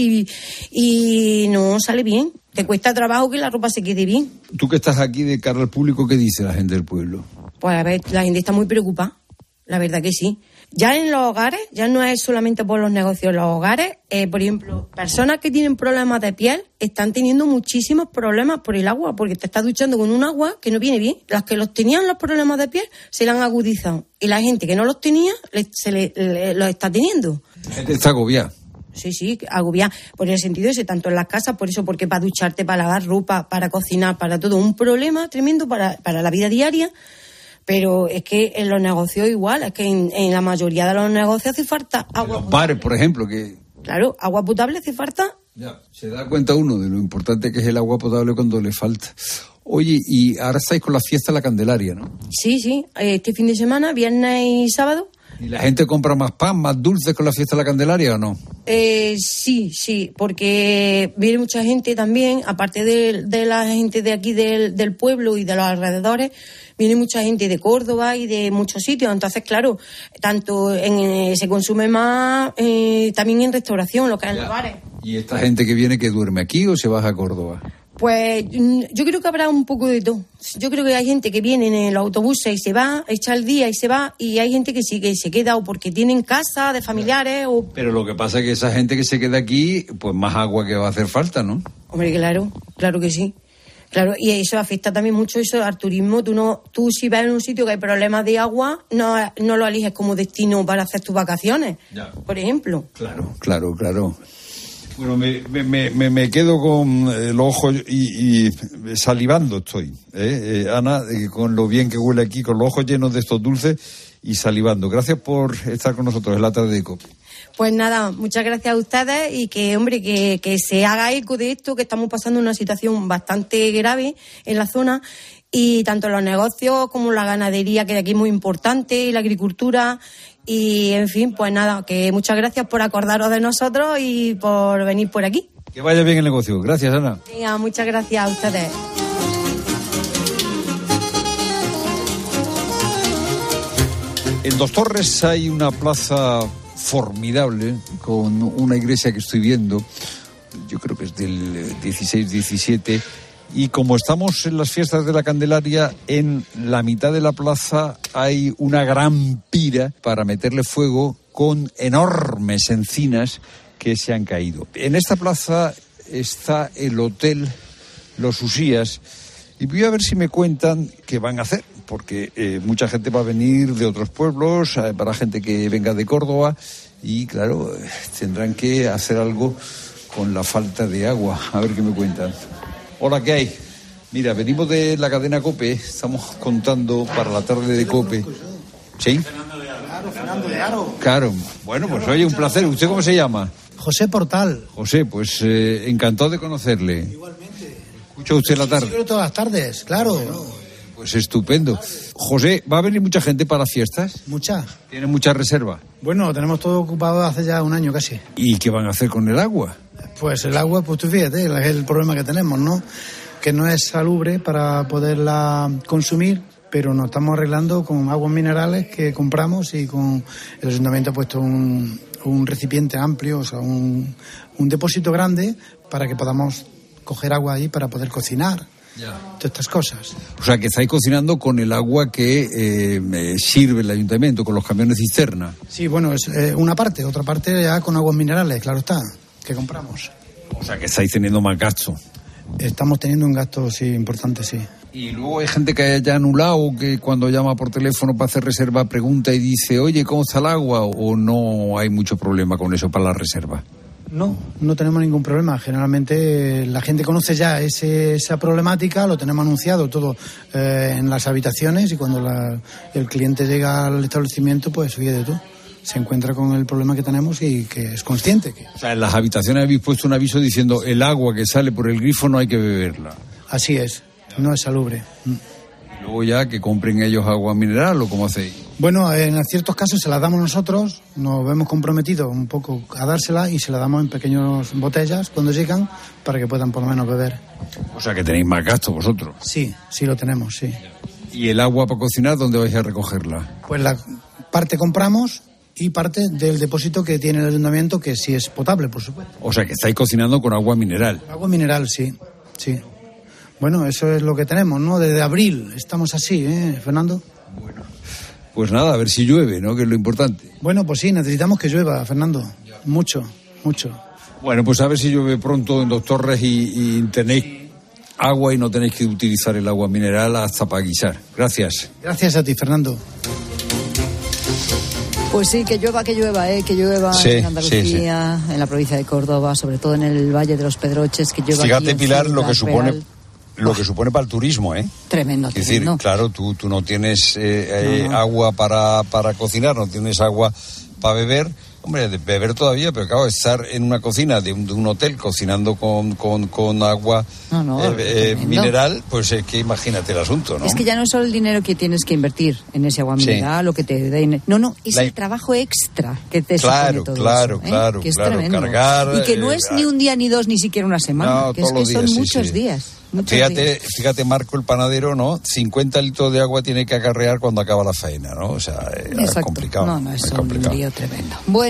y no sale bien. Te cuesta trabajo que la ropa se quede bien. Tú que estás aquí de cara al público, ¿qué dice la gente del pueblo? Pues a ver, la gente está muy preocupada, la verdad que sí. Ya en los hogares, ya no es solamente por los negocios, los hogares, por ejemplo, personas que tienen problemas de piel están teniendo muchísimos problemas por el agua, porque te estás duchando con un agua que no viene bien. Las que los tenían los problemas de piel se le han agudizado y la gente que no los tenía los está teniendo. La gente está agobiada. Sí, agobiada, por el sentido ese, tanto en las casas, por eso, porque para ducharte, para lavar ropa, para cocinar, para todo, un problema tremendo para la vida diaria. Pero es que en los negocios igual, es que en la mayoría de los negocios hace falta agua. En los bares, por ejemplo, que... Claro, agua potable hace falta. Ya, se da cuenta uno de lo importante que es el agua potable cuando le falta. Oye, y ahora estáis con la fiesta de la Candelaria, ¿no? Sí, este fin de semana, viernes y sábado. ¿Y la gente compra más pan, más dulces con la fiesta de la Candelaria o no? Sí, porque viene mucha gente también, aparte de la gente de aquí del pueblo y de los alrededores, viene mucha gente de Córdoba y de muchos sitios. Entonces, claro, tanto se consume más también en restauración, lo que es en los bares. ¿Y esta gente que viene que duerme aquí o se baja a Córdoba? Pues yo creo que habrá un poco de todo. Yo creo que hay gente que viene en los autobuses y se va, echa el día y se va, y hay gente que sí que se queda o porque tienen casa de familiares o... Pero lo que pasa es que esa gente que se queda aquí, pues más agua que va a hacer falta, ¿no? Hombre, claro que sí. Claro, y eso afecta también mucho eso al turismo. Tú si vas en un sitio que hay problemas de agua, no lo eliges como destino para hacer tus vacaciones, por ejemplo. Claro. Bueno, me quedo con los ojos y salivando estoy, Ana, con lo bien que huele aquí, con los ojos llenos de estos dulces y salivando. Gracias por estar con nosotros en la tarde de COPE. Pues nada, muchas gracias a ustedes y que, hombre, que se haga eco de esto, que estamos pasando una situación bastante grave en la zona, y tanto los negocios como la ganadería, que aquí es muy importante, y la agricultura. Y, en fin, pues nada, que muchas gracias por acordaros de nosotros y por venir por aquí. Que vaya bien el negocio. Gracias, Ana. Venga, muchas gracias a ustedes. En Dos Torres hay una plaza formidable con una iglesia que estoy viendo. Yo creo que es del 16-17. Y como estamos en las fiestas de la Candelaria, en la mitad de la plaza hay una gran pira para meterle fuego con enormes encinas que se han caído. En esta plaza está el Hotel Los Usías y voy a ver si me cuentan qué van a hacer, porque mucha gente va a venir de otros pueblos, para gente que venga de Córdoba y claro, tendrán que hacer algo con la falta de agua. A ver qué me cuentan. Hola, ¿qué hay? Mira, venimos de la cadena COPE, estamos contando para la tarde de COPE. ¿Sí? Fernando de Aro. Claro. Bueno, pues oye, un placer. ¿Usted cómo se llama? José Portal. José, pues encantado de conocerle. Igualmente. ¿Escucha usted la tarde? Sí, todas las tardes, claro. Pues estupendo. José, ¿va a venir mucha gente para las fiestas? Mucha. ¿Tiene mucha reserva? Bueno, tenemos todo ocupado hace ya un año casi. ¿Y qué van a hacer con el agua? Pues el agua, pues tú fíjate, es el problema que tenemos, ¿no? Que no es salubre para poderla consumir, pero nos estamos arreglando con aguas minerales que compramos y con el ayuntamiento ha puesto un recipiente amplio, o sea, un depósito grande para que podamos coger agua ahí para poder cocinar. Ya. Todas estas cosas. O sea, que estáis cocinando con el agua que sirve el ayuntamiento, con los camiones cisterna. Sí, bueno, es una parte, otra parte ya con aguas minerales, claro está, que compramos. O sea, que estáis teniendo más gasto. Estamos teniendo un gasto, sí, importante, sí. Y luego hay gente que haya anulado, que cuando llama por teléfono para hacer reserva pregunta y dice, oye, ¿cómo está el agua? ¿O no hay mucho problema con eso para la reserva? No tenemos ningún problema. Generalmente la gente conoce ya esa problemática, lo tenemos anunciado todo en las habitaciones y cuando el cliente llega al establecimiento, pues fíjate tú, se encuentra con el problema que tenemos y que es consciente. O sea, en las habitaciones habéis puesto un aviso diciendo el agua que sale por el grifo no hay que beberla. Así es, no es salubre. Y luego ya que compren ellos agua mineral o cómo hacéis. Bueno, en ciertos casos se las damos nosotros, nos vemos comprometidos un poco a dársela y se la damos en pequeñas botellas cuando llegan para que puedan por lo menos beber. O sea que tenéis más gasto vosotros. Sí lo tenemos, sí. ¿Y el agua para cocinar dónde vais a recogerla? Pues la parte compramos y parte del depósito que tiene el ayuntamiento, que sí es potable, por supuesto. O sea que estáis cocinando con agua mineral. Agua mineral, sí. Bueno, eso es lo que tenemos, ¿no? Desde abril estamos así, Fernando? Bueno, pues nada, a ver si llueve, ¿no? Que es lo importante. Bueno, pues sí, necesitamos que llueva, Fernando. Mucho. Bueno, pues a ver si llueve pronto en Dos Torres y tenéis agua y no tenéis que utilizar el agua mineral hasta para guisar. Gracias. Gracias a ti, Fernando. Pues sí, que llueva sí, en Andalucía, sí. En la provincia de Córdoba, sobre todo en el Valle de los Pedroches, que llueva. Fíjate, Pilar, lo que supone para el turismo, ¿eh? Tremendo. Es decir, claro, tú no tienes agua para cocinar, no tienes agua para beber. Hombre, de beber todavía, pero claro, estar en una cocina de un hotel cocinando con agua mineral, pues es que imagínate el asunto, ¿no? Es que ya no es solo el dinero que tienes que invertir en ese agua mineral, lo que te den. Es el trabajo extra que te supone todo eso. Claro, que es tremendo. Cargar, y que no es ni un día, ni dos, ni siquiera una semana, que es que son muchos días. Fíjate, Marco, el panadero, ¿no? 50 litros de agua tiene que acarrear cuando acaba la faena, ¿no? O sea, es complicado. Es un lío tremendo. Bueno,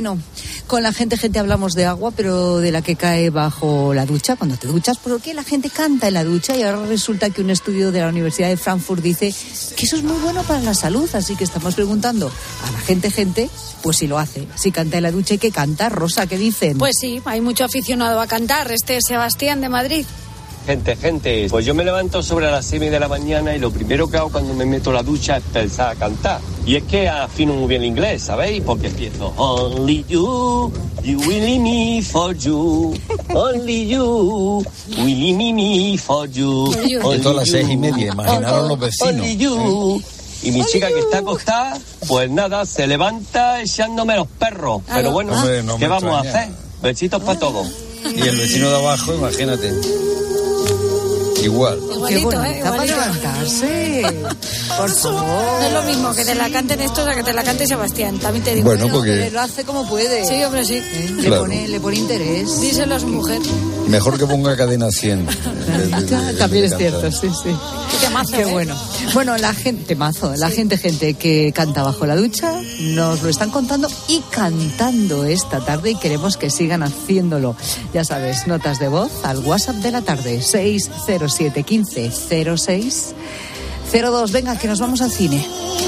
Bueno, con la gente hablamos de agua, pero de la que cae bajo la ducha, cuando te duchas, porque la gente canta en la ducha y ahora resulta que un estudio de la Universidad de Frankfurt dice que eso es muy bueno para la salud, así que estamos preguntando a la gente, pues si lo hace, si canta en la ducha y que canta. Rosa, ¿qué dicen? Pues sí, hay mucho aficionado a cantar, Sebastián de Madrid. Gente, pues yo me levanto sobre las 6 de la mañana y lo primero que hago cuando me meto a la ducha es pensar a cantar. Y es que afino muy bien el inglés, ¿sabéis? Porque empiezo Only you, you will me for you. Only you, will me for you. Esto a las 6:30, imaginaron los vecinos. Only you. Y mi chica que está acostada, pues nada, se levanta echándome los perros. Pero bueno, hombre, no ¿qué me vamos extraña. a hacer? Besitos para todos. Y el vecino de abajo, imagínate. Igual. Qué bonita para levantarse. Por favor. No es lo mismo que te la canten estos a que te la cante Sebastián, también te digo. Bueno, porque... Pero lo hace como puede. Sí, hombre, sí. Claro. Le pone interés. Díselo a su mujer. Mejor que ponga Cadena 100. También es cierto, sí. Temazo, Qué bueno. Bueno, la gente que canta bajo la ducha, nos lo están contando y cantando esta tarde y queremos que sigan haciéndolo. Ya sabes, notas de voz al WhatsApp de la tarde, 607 15 06 02. Venga, que nos vamos al cine.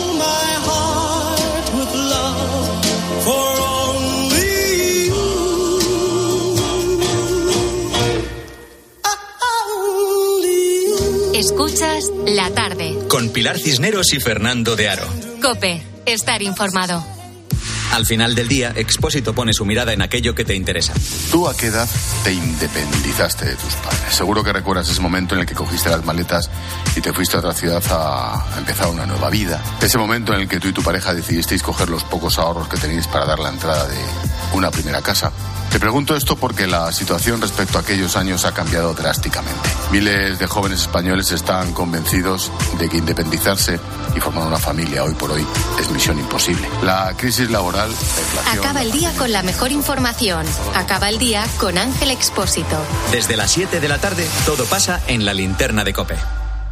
Escuchas La Tarde. Con Pilar Cisneros y Fernando de Aro. COPE. Estar informado. Al final del día, Expósito pone su mirada en aquello que te interesa. ¿Tú a qué edad te independizaste de tus padres? Seguro que recuerdas ese momento en el que cogiste las maletas y te fuiste a otra ciudad a empezar una nueva vida. Ese momento en el que tú y tu pareja decidisteis coger los pocos ahorros que teníais para dar la entrada de una primera casa. Te pregunto esto porque la situación respecto a aquellos años ha cambiado drásticamente. Miles de jóvenes españoles están convencidos de que independizarse y formar una familia hoy por hoy es misión imposible. La crisis laboral, la inflación... Acaba el día con la mejor información. Acaba el día con Ángel Expósito. Desde las 7 de la tarde, todo pasa en la linterna de COPE.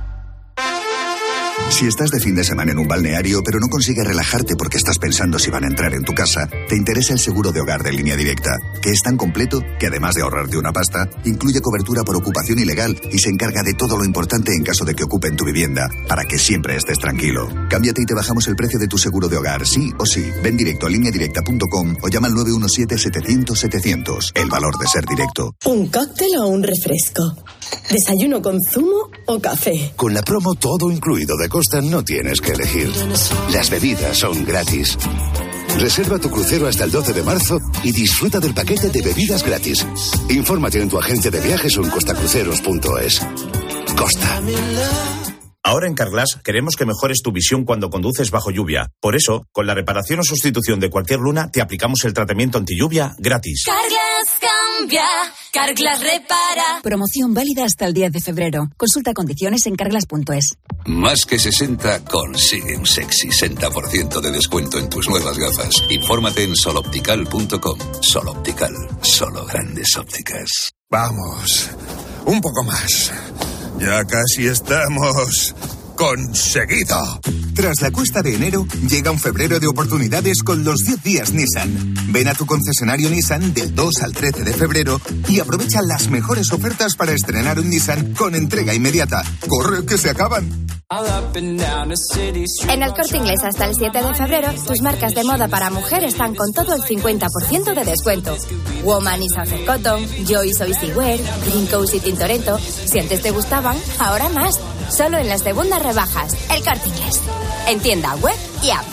Si estás de fin de semana en un balneario pero no consigues relajarte porque estás pensando si van a entrar en tu casa, te interesa el seguro de hogar de Línea Directa, que es tan completo que además de ahorrarte una pasta, incluye cobertura por ocupación ilegal y se encarga de todo lo importante en caso de que ocupen tu vivienda, para que siempre estés tranquilo. Cámbiate y te bajamos el precio de tu seguro de hogar, sí o sí. Ven directo a lineadirecta.com o llama al 917-700-700. El valor de ser directo. ¿Un cóctel o un refresco? ¿Desayuno con zumo o café? Con la promo todo incluido de Costa no tienes que elegir. Las bebidas son gratis. Reserva tu crucero hasta el 12 de marzo y disfruta del paquete de bebidas gratis. Infórmate en tu agencia de viajes o en costacruceros.es. Costa. Ahora en Carglass queremos que mejores tu visión cuando conduces bajo lluvia. Por eso, con la reparación o sustitución de cualquier luna, te aplicamos el tratamiento antilluvia gratis. Carglass cambia, Carglass repara. Promoción válida hasta el 10 de febrero. Consulta condiciones en carglass.es. Más que 60 consigue un sexy 60% de descuento en tus nuevas gafas. Infórmate en soloptical.com. Soloptical, solo grandes ópticas. Vamos, un poco más. Ya casi estamos... ¡conseguido! Tras la cuesta de enero, llega un febrero de oportunidades con los 10 días Nissan. Ven a tu concesionario Nissan del 2 al 13 de febrero y aprovecha las mejores ofertas para estrenar un Nissan con entrega inmediata. ¡Corre, que se acaban! En el Corte Inglés hasta el 7 de febrero, tus marcas de moda para mujer están con todo el 50% de descuento. Woman y Southern Cotton, Joyce o Easywear, Green Coast y Tintoretto. Si antes te gustaban, ahora más. Solo en las segundas rebajas. El Corte Inglés. En tienda, web y app.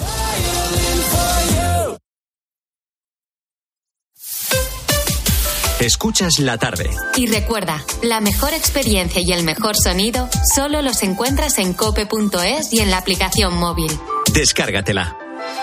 Escuchas La Tarde. Y recuerda, la mejor experiencia y el mejor sonido solo los encuentras en cope.es y en la aplicación móvil. Descárgatela.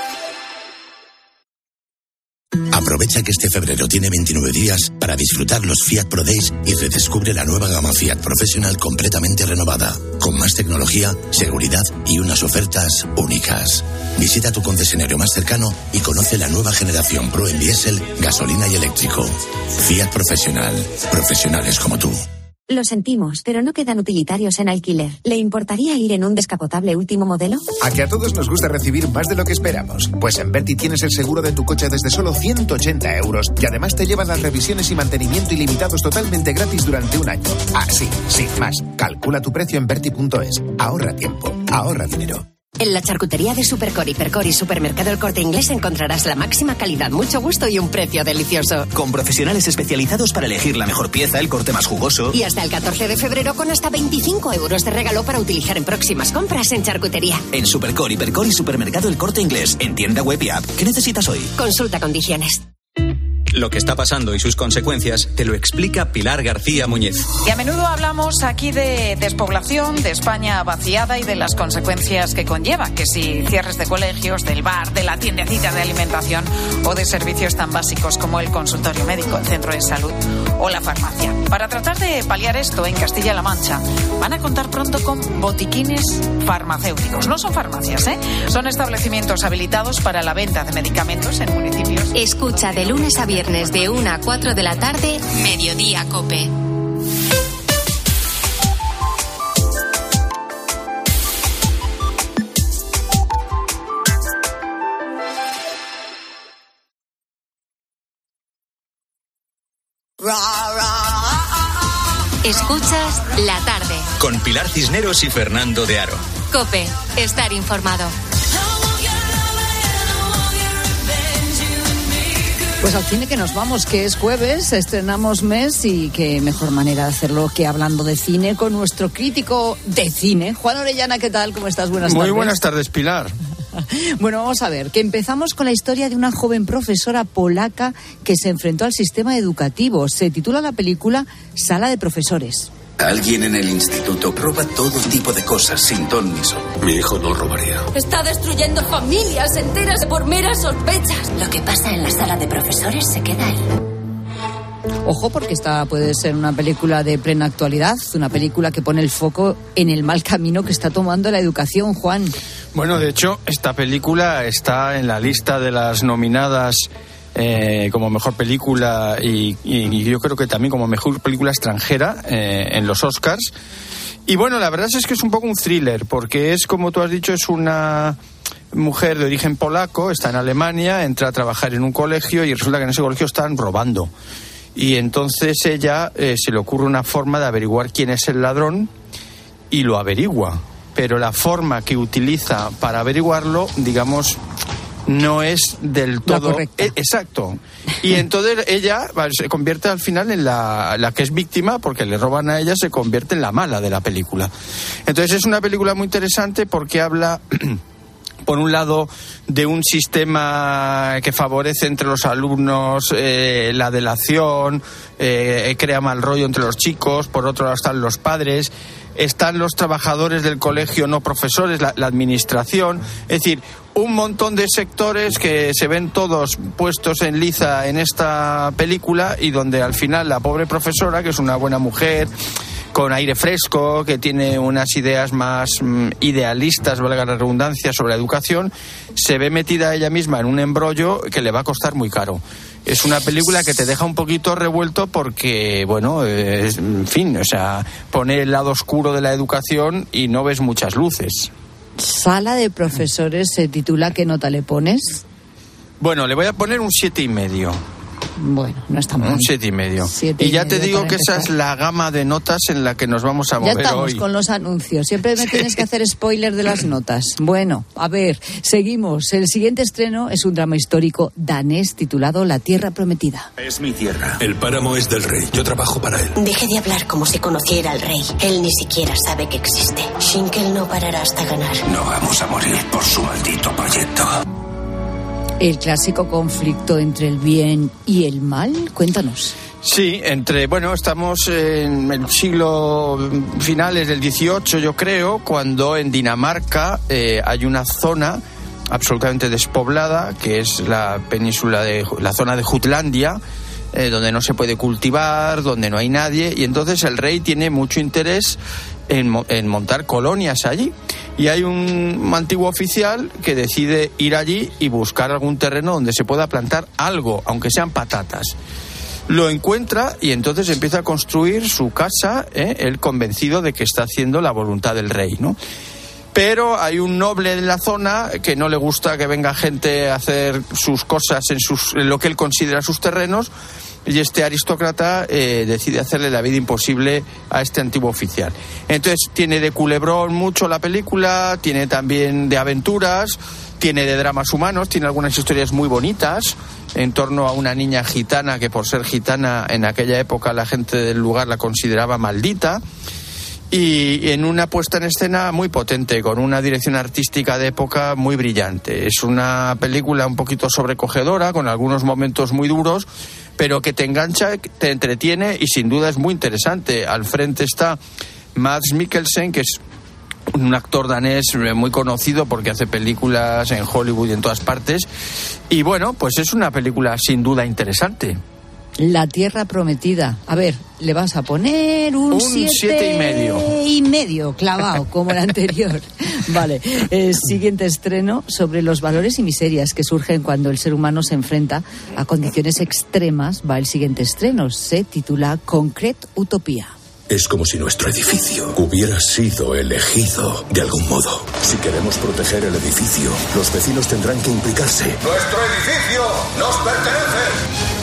Aprovecha que este febrero tiene 29 días para disfrutar los Fiat Pro Days y redescubre la nueva gama Fiat Professional completamente renovada, con más tecnología, seguridad y unas ofertas únicas. Visita tu concesionario más cercano y conoce la nueva generación Pro en diésel, gasolina y eléctrico. Fiat Professional. Profesionales como tú. Lo sentimos, pero no quedan utilitarios en alquiler. ¿Le importaría ir en un descapotable último modelo? A que a todos nos gusta recibir más de lo que esperamos. Pues en Berti tienes el seguro de tu coche desde solo 180 euros. Y además te llevan las revisiones y mantenimiento ilimitados totalmente gratis durante un año. Así, sin más. Calcula tu precio en Berti.es. Ahorra tiempo. Ahorra dinero. En la charcutería de Supercor, Hipercor y Supermercado El Corte Inglés encontrarás la máxima calidad, mucho gusto y un precio delicioso. Con profesionales especializados para elegir la mejor pieza, el corte más jugoso. Y hasta el 14 de febrero con hasta 25 euros de regalo para utilizar en próximas compras en charcutería. En Supercor, Hipercor y Supermercado El Corte Inglés. En tienda web y app. ¿Qué necesitas hoy? Consulta condiciones. Lo que está pasando y sus consecuencias te lo explica Pilar García Muñez. Y a menudo hablamos aquí de despoblación, de España vaciada y de las consecuencias que conlleva, que si cierres de colegios, del bar, de la tiendecita de alimentación o de servicios tan básicos como el consultorio médico, el centro de salud o la farmacia. Para tratar de paliar esto, en Castilla-La Mancha van a contar pronto con botiquines farmacéuticos. No son farmacias, son establecimientos habilitados para la venta de medicamentos en municipios. Escucha de lunes a viernes de 1 a 4 de la tarde, Mediodía Cope. Escuchas La Tarde. Con Pilar Cisneros y Fernando de Aro. Cope, estar informado. Pues al cine que nos vamos, que es jueves, estrenamos mes y qué mejor manera de hacerlo que hablando de cine con nuestro crítico de cine. Juan Orellana, ¿qué tal? ¿Cómo estás? Buenas tardes. Muy buenas tardes, Pilar. Bueno, vamos a ver, que empezamos con la historia de una joven profesora polaca que se enfrentó al sistema educativo. Se titula la película Sala de Profesores. Alguien en el instituto roba todo tipo de cosas sin ton ni son. Mi hijo no robaría. Está destruyendo familias enteras por meras sospechas. Lo que pasa en la sala de profesores se queda ahí. Ojo, porque esta puede ser una película de plena actualidad, una película que pone el foco en el mal camino que está tomando la educación, Juan. Bueno, de hecho, esta película está en la lista de las nominadas como mejor película y yo creo que también como mejor película extranjera en los Oscars. Y bueno, la verdad es que es un poco un thriller, porque es, como tú has dicho, es una mujer de origen polaco, está en Alemania, entra a trabajar en un colegio y resulta que en ese colegio están robando. Y entonces ella se le ocurre una forma de averiguar quién es el ladrón y lo averigua. Pero la forma que utiliza para averiguarlo, digamos, no es del todo exacto. Y entonces ella se convierte al final en la que es víctima, porque le roban a ella, se convierte en la mala de la película. Entonces es una película muy interesante porque habla por un lado de un sistema que favorece entre los alumnos la delación, crea mal rollo entre los chicos. Por otro lado están los padres, están los trabajadores del colegio no profesores, la administración, es decir, un montón de sectores que se ven todos puestos en liza en esta película y donde al final la pobre profesora, que es una buena mujer con aire fresco, que tiene unas ideas más idealistas, valga la redundancia, sobre la educación, se ve metida ella misma en un embrollo que le va a costar muy caro. Es una película que te deja un poquito revuelto porque, bueno, en fin, o sea, pone el lado oscuro de la educación y no ves muchas luces. Sala de Profesores se titula, ¿qué nota le pones? Bueno, le voy a poner un 7,5. Bueno, no está mal. Un 7,5. Y ya te digo que esa es la gama de notas en la que nos vamos a mover hoy. Ya estamos con los anuncios. Siempre me tienes que hacer spoiler de las notas. Bueno, a ver, seguimos. El siguiente estreno es un drama histórico danés titulado La Tierra Prometida. Es mi tierra. El páramo es del rey. Yo trabajo para él. Deje de hablar como si conociera al rey. Él ni siquiera sabe que existe. Schinkel no parará hasta ganar. No vamos a morir por su maldito proyecto. El clásico conflicto entre el bien y el mal, cuéntanos. Sí, estamos en el siglo finales del XVIII, yo creo, cuando en Dinamarca hay una zona absolutamente despoblada, que es la península la zona de Jutlandia, donde no se puede cultivar, donde no hay nadie, y entonces el rey tiene mucho interés en montar colonias allí. Y hay un antiguo oficial que decide ir allí y buscar algún terreno donde se pueda plantar algo, aunque sean patatas. Lo encuentra y entonces empieza a construir su casa, él convencido de que está haciendo la voluntad del rey, ¿no? Pero hay un noble en la zona que no le gusta que venga gente a hacer sus cosas en lo que él considera sus terrenos, y este aristócrata decide hacerle la vida imposible a este antiguo oficial. Entonces tiene de culebrón mucho la película, tiene también de aventuras, tiene de dramas humanos, tiene algunas historias muy bonitas en torno a una niña gitana que, por ser gitana, en aquella época la gente del lugar la consideraba maldita. Y en una puesta en escena muy potente, con una dirección artística de época muy brillante. Es una película un poquito sobrecogedora, con algunos momentos muy duros, pero que te engancha, te entretiene y sin duda es muy interesante. Al frente está Mads Mikkelsen, que es un actor danés muy conocido porque hace películas en Hollywood y en todas partes. Y bueno, pues es una película sin duda interesante. La Tierra Prometida. A ver, le vas a poner un 7,5. Y medio, clavado, como el anterior. Vale. Siguiente estreno sobre los valores y miserias que surgen cuando el ser humano se enfrenta a condiciones extremas. Va el siguiente estreno. Se titula Concrete Utopía. Es como si nuestro edificio hubiera sido elegido de algún modo. Si queremos proteger el edificio, los vecinos tendrán que implicarse. ¡Nuestro edificio nos pertenece!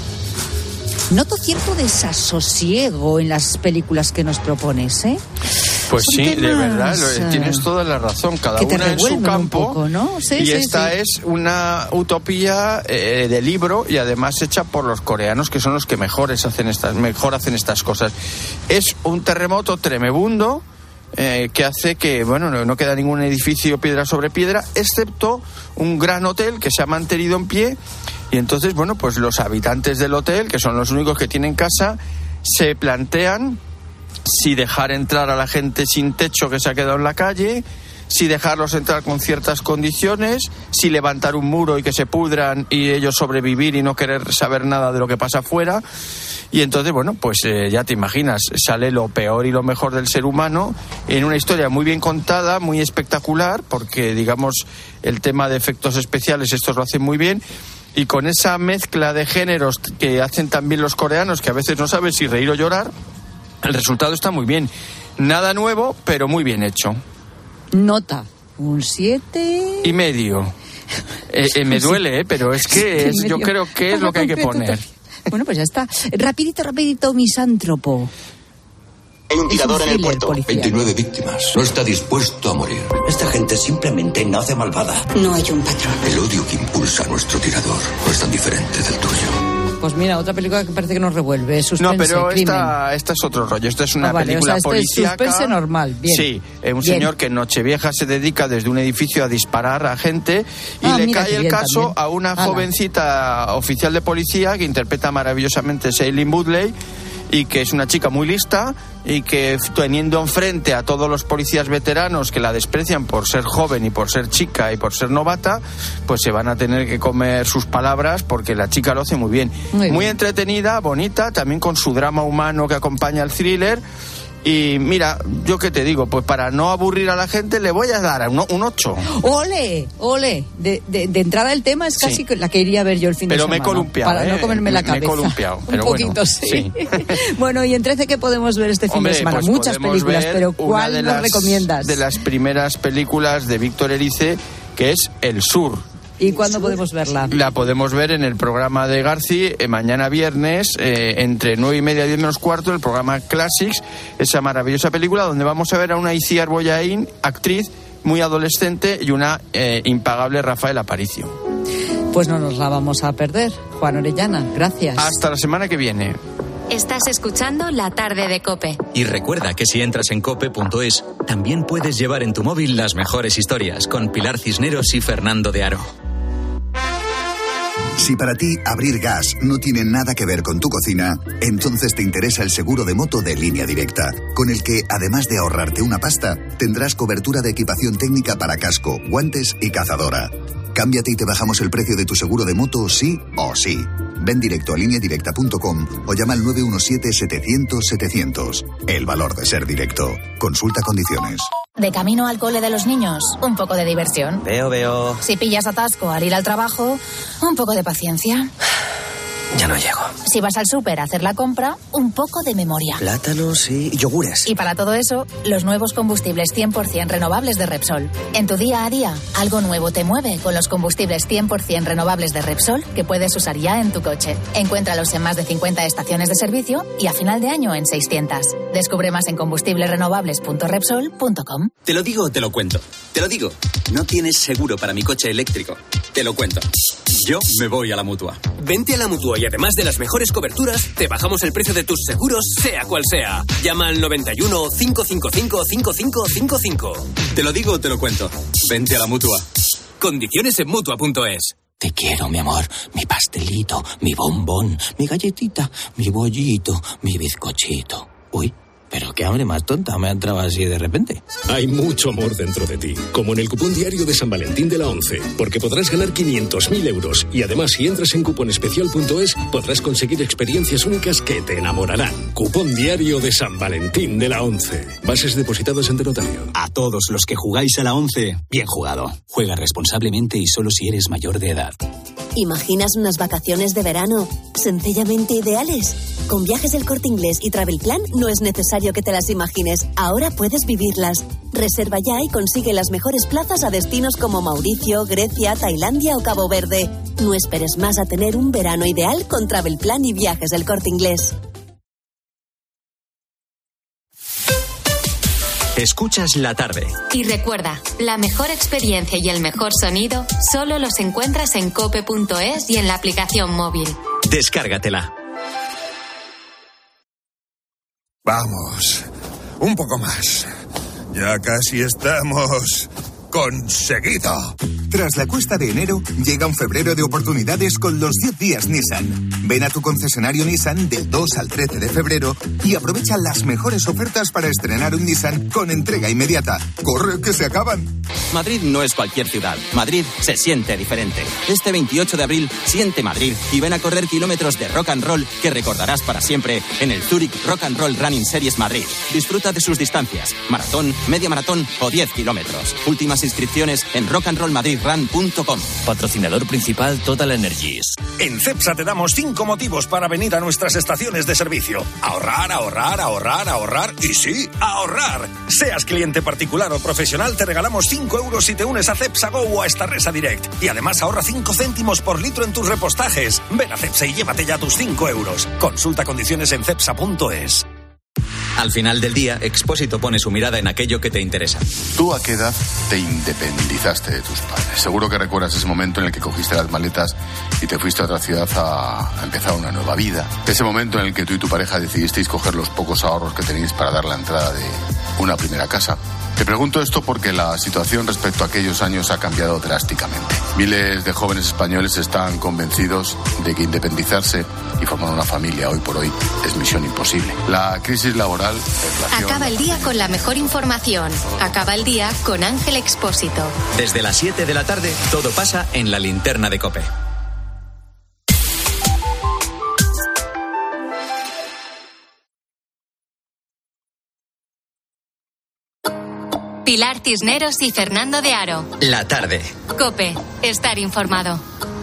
Noto cierto desasosiego en las películas que nos propones, ¿eh? Pues son sí, de verdad, tienes toda la razón. Cada una en su campo. Poco, ¿no? Sí, y sí, esta sí. es una utopía de libro y además hecha por los coreanos, que son los que mejor hacen estas cosas. Es un terremoto tremebundo que hace que, bueno, no queda ningún edificio piedra sobre piedra, excepto un gran hotel que se ha mantenido en pie. Y entonces, bueno, pues los habitantes del hotel, que son los únicos que tienen casa, se plantean si dejar entrar a la gente sin techo que se ha quedado en la calle, si dejarlos entrar con ciertas condiciones, si levantar un muro y que se pudran y ellos sobrevivir y no querer saber nada de lo que pasa afuera. Y entonces, bueno, pues ya te imaginas, sale lo peor y lo mejor del ser humano en una historia muy bien contada, muy espectacular, porque, digamos, el tema de efectos especiales, estos lo hacen muy bien. Y con esa mezcla de géneros que hacen también los coreanos, que a veces no sabes si reír o llorar, el resultado está muy bien. Nada nuevo, pero muy bien hecho. Nota, un 7,5. Me duele, pero es que yo creo que es lo que hay que poner. Bueno, pues ya está. Rapidito, misántropo. Hay un tirador en el puerto. Policía. 29 víctimas. No está dispuesto a morir. Esta gente simplemente nace malvada. No hay un patrón. El odio que impulsa a nuestro tirador no es tan diferente del tuyo. Pues mira, otra película que parece que nos revuelve. Suspense, no, pero crimen. Esta es otro rollo. Esta es una película o sea, policíaca. Es suspense normal, bien. Sí, un señor que en Nochevieja se dedica desde un edificio a disparar a gente y le cae el caso a una jovencita oficial de policía que interpreta maravillosamente Shailene Woodley, y que es una chica muy lista y que, teniendo enfrente a todos los policías veteranos que la desprecian por ser joven y por ser chica y por ser novata, pues se van a tener que comer sus palabras, porque la chica lo hace muy bien. Muy entretenida, bonita, también con su drama humano que acompaña al thriller. Y mira, yo qué te digo, pues para no aburrir a la gente le voy a dar un 8. ¡Ole! De entrada el tema es casi la que iría a ver yo el fin de semana. Pero me he columpiado. Para no comerme la cabeza. Me he columpiado. Un poquito, sí. Bueno, y en 13, ¿qué podemos ver este fin de semana? Pues muchas películas, pero ¿cuál nos recomiendas? De las primeras películas de Víctor Erice, que es El Sur. ¿Y cuándo podemos verla? La podemos ver en el programa de Garci mañana viernes, entre 9:30 y 10 menos cuarto, el programa Classics, esa maravillosa película donde vamos a ver a una Iciar Bollaín, actriz muy adolescente, y una impagable Rafael Aparicio. Pues no nos la vamos a perder. Juan Orellana, gracias. Hasta la semana que viene. Estás escuchando La Tarde de COPE. Y recuerda que si entras en cope.es, también puedes llevar en tu móvil las mejores historias con Pilar Cisneros y Fernando de Aro. Si para ti abrir gas no tiene nada que ver con tu cocina, entonces te interesa el seguro de moto de Línea Directa, con el que, además de ahorrarte una pasta, tendrás cobertura de equipación técnica para casco, guantes y cazadora. Cámbiate y te bajamos el precio de tu seguro de moto sí o sí. Ven directo a lineadirecta.com o llama al 917-700-700. El valor de ser directo. Consulta condiciones. De camino al cole de los niños, un poco de diversión. Veo. Si pillas atasco al ir al trabajo, un poco de paciencia. ya no llego. Si vas al súper a hacer la compra, un poco de memoria. Plátanos y yogures. Y para todo eso, los nuevos combustibles 100% renovables de Repsol. En tu día a día, algo nuevo te mueve con los combustibles 100% renovables de Repsol que puedes usar ya en tu coche. Encuéntralos en más de 50 estaciones de servicio y a final de año en 600. Descubre más en combustiblesrenovables.repsol.com. Te lo digo o te lo cuento. Te lo digo. No tienes seguro para mi coche eléctrico. Te lo cuento. Yo me voy a la Mutua. Vente a la Mutua y además de las mejores coberturas, te bajamos el precio de tus seguros, sea cual sea. Llama al 91 555 5555. Te lo digo o te lo cuento. Vente a la Mutua. Condiciones en Mutua.es. Te quiero, mi amor, mi pastelito, mi bombón, mi galletita, mi bollito, mi bizcochito. Uy, pero qué hambre más tonta me ha entrado así de repente. Hay mucho amor dentro de ti, como en el cupón diario de San Valentín de la ONCE, porque podrás ganar 500.000 euros y además si entras en cuponespecial.es podrás conseguir experiencias únicas que te enamorarán. Cupón diario de San Valentín de la ONCE. Bases depositadas ante notario. A todos los que jugáis a la ONCE, bien jugado. Juega responsablemente y solo si eres mayor de edad. ¿Imaginas unas vacaciones de verano sencillamente ideales? Con Viajes del Corte Inglés y Travel Plan no es necesario que te las imagines. Ahora puedes vivirlas. Reserva ya y consigue las mejores plazas a destinos como Mauricio, Grecia, Tailandia o Cabo Verde. No esperes más a tener un verano ideal con Travel Plan y Viajes del Corte Inglés. Escuchas La Tarde. Y recuerda, la mejor experiencia y el mejor sonido solo los encuentras en cope.es y en la aplicación móvil. Descárgatela. Vamos, un poco más. Ya casi estamos conseguido. Tras la cuesta de enero, llega un febrero de oportunidades con los 10 días Nissan. Ven a tu concesionario Nissan del 2 al 13 de febrero y aprovecha las mejores ofertas para estrenar un Nissan con entrega inmediata. ¡Corre, que se acaban! Madrid no es cualquier ciudad. Madrid se siente diferente. Este 28 de abril, siente Madrid y ven a correr kilómetros de rock and roll que recordarás para siempre en el Zurich Rock and Roll Running Series Madrid. Disfruta de sus distancias, maratón, media maratón o 10 kilómetros. Últimas inscripciones en rockandrollmadridrun.com. Patrocinador principal Total Energies. En Cepsa te damos 5 motivos para venir a nuestras estaciones de servicio. Ahorrar, ahorrar, ahorrar, ahorrar y sí, ahorrar. Seas cliente particular o profesional, te regalamos 5 euros si te unes a Cepsa Go o a Starresa Direct. Y además ahorra 5 céntimos por litro en tus repostajes. Ven a Cepsa y llévate ya tus 5 euros. Consulta condiciones en cepsa.es. Al final del día, Expósito pone su mirada en aquello que te interesa. ¿Tú a qué edad te independizaste de tus padres? Seguro que recuerdas ese momento en el que cogiste las maletas y te fuiste a otra ciudad a empezar una nueva vida. Ese momento en el que tú y tu pareja decidisteis coger los pocos ahorros que tenéis para dar la entrada de una primera casa. Te pregunto esto porque la situación respecto a aquellos años ha cambiado drásticamente. Miles de jóvenes españoles están convencidos de que independizarse y formar una familia hoy por hoy es misión imposible. La crisis laboral... Acaba el día con la mejor información. Acaba el día con Ángel Expósito. Desde las 7 de la tarde, todo pasa en la linterna de COPE. Pilar Cisneros y Fernando de Aro. La Tarde. COPE. Estar informado.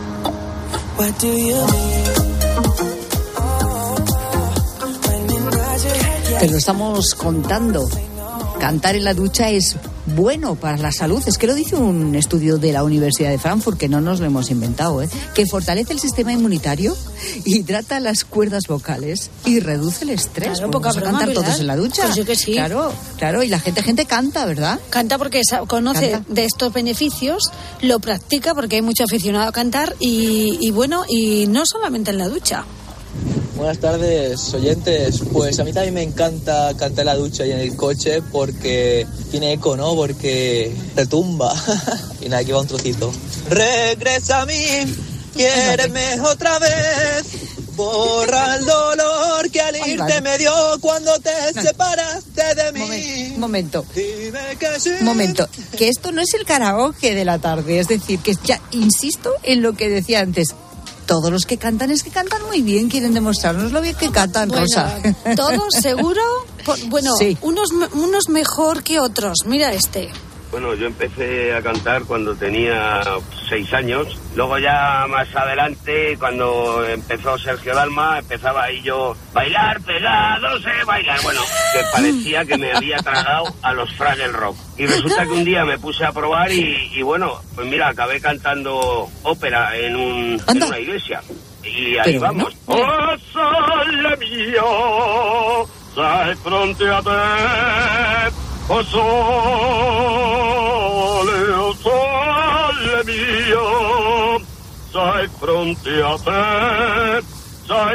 Te lo estamos contando. Cantar en la ducha es bueno para la salud. Es que lo dice un estudio de la Universidad de Frankfurt, que no nos lo hemos inventado, que fortalece el sistema inmunitario, hidrata las cuerdas vocales y reduce el estrés. Claro, poca broma, cantar ¿verdad? todos en la ducha. Pues yo que sí. Claro, y la gente canta, ¿verdad? Canta porque conoce de estos beneficios, lo practica porque hay mucho aficionado a cantar y bueno, y no solamente en la ducha. Buenas tardes, oyentes. Pues a mí también me encanta cantar en la ducha y en el coche porque tiene eco, ¿no? Porque retumba. Y nada, aquí va un trocito. Regresa a mí, quiéreme otra vez. Borra el dolor que al irte me dio cuando te separaste de mí. Momento. Dime que sí. Momento. Que esto no es el karaoke de la tarde. Es decir, que ya insisto en lo que decía antes. Todos los que cantan es que cantan muy bien, quieren demostrarnos lo bien que cantan, bueno, Rosa. Todos, seguro. Sí. Unos mejor que otros. Mira este. Bueno, yo empecé a cantar cuando tenía 6 años. Luego ya más adelante, cuando empezó Sergio Dalma, empezaba ahí yo, bailar pegados, bailar. Bueno, que parecía que me había tragado a los Fraggle Rock. Y resulta que un día me puse a probar y bueno, pues mira, acabé cantando ópera en una iglesia. Y ahí vamos. No. Oh, sole mio, sei pronti a te. Oh sole mio, sei pronti a te, sei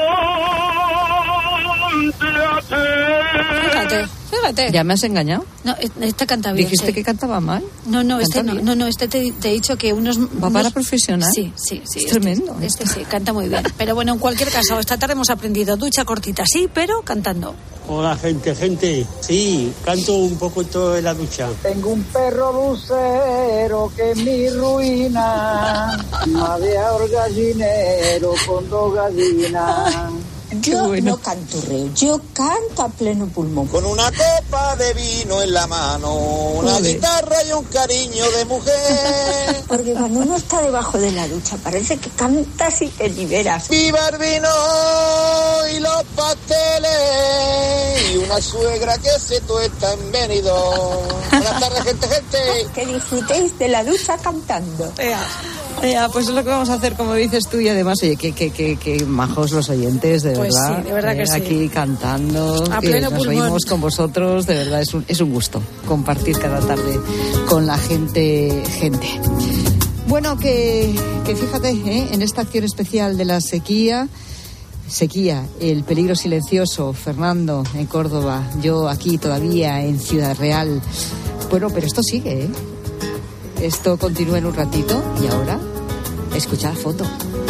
pronti a te. Fíjate. ¿Ya me has engañado? No, este canta bien. ¿Dijiste que cantaba mal? No, este te he dicho que ¿Va para profesional? Sí. Es tremendo. Este sí, canta muy bien. Pero bueno, en cualquier caso, esta tarde hemos aprendido ducha cortita, sí, pero cantando. Hola, gente. Sí, canto un poco todo en la ducha. Tengo un perro lucero que es mi ruina, madea el gallinero con 2 gallinas. Yo no canturreo, yo canto a pleno pulmón. Con una copa de vino en la mano, una guitarra y un cariño de mujer. Porque cuando uno está debajo de la ducha parece que cantas y te liberas. ¡Viva el vino y los pasteles! Y una suegra que se tuesta en Benidorm. Buenas tardes, gente. Que disfrutéis de la ducha cantando. Pues es lo que vamos a hacer, como dices tú, y además, oye, que majos los oyentes, de pues verdad. Sí, de verdad que sí. Aquí cantando, a que pleno nos pulmón. oímos con vosotros, de verdad es un gusto compartir cada tarde con la gente. Bueno, que fíjate, en esta acción especial de la sequía, el peligro silencioso, Fernando en Córdoba, yo aquí todavía en Ciudad Real. Bueno, pero esto sigue, Esto continúa en un ratito y ahora, escuchad foto.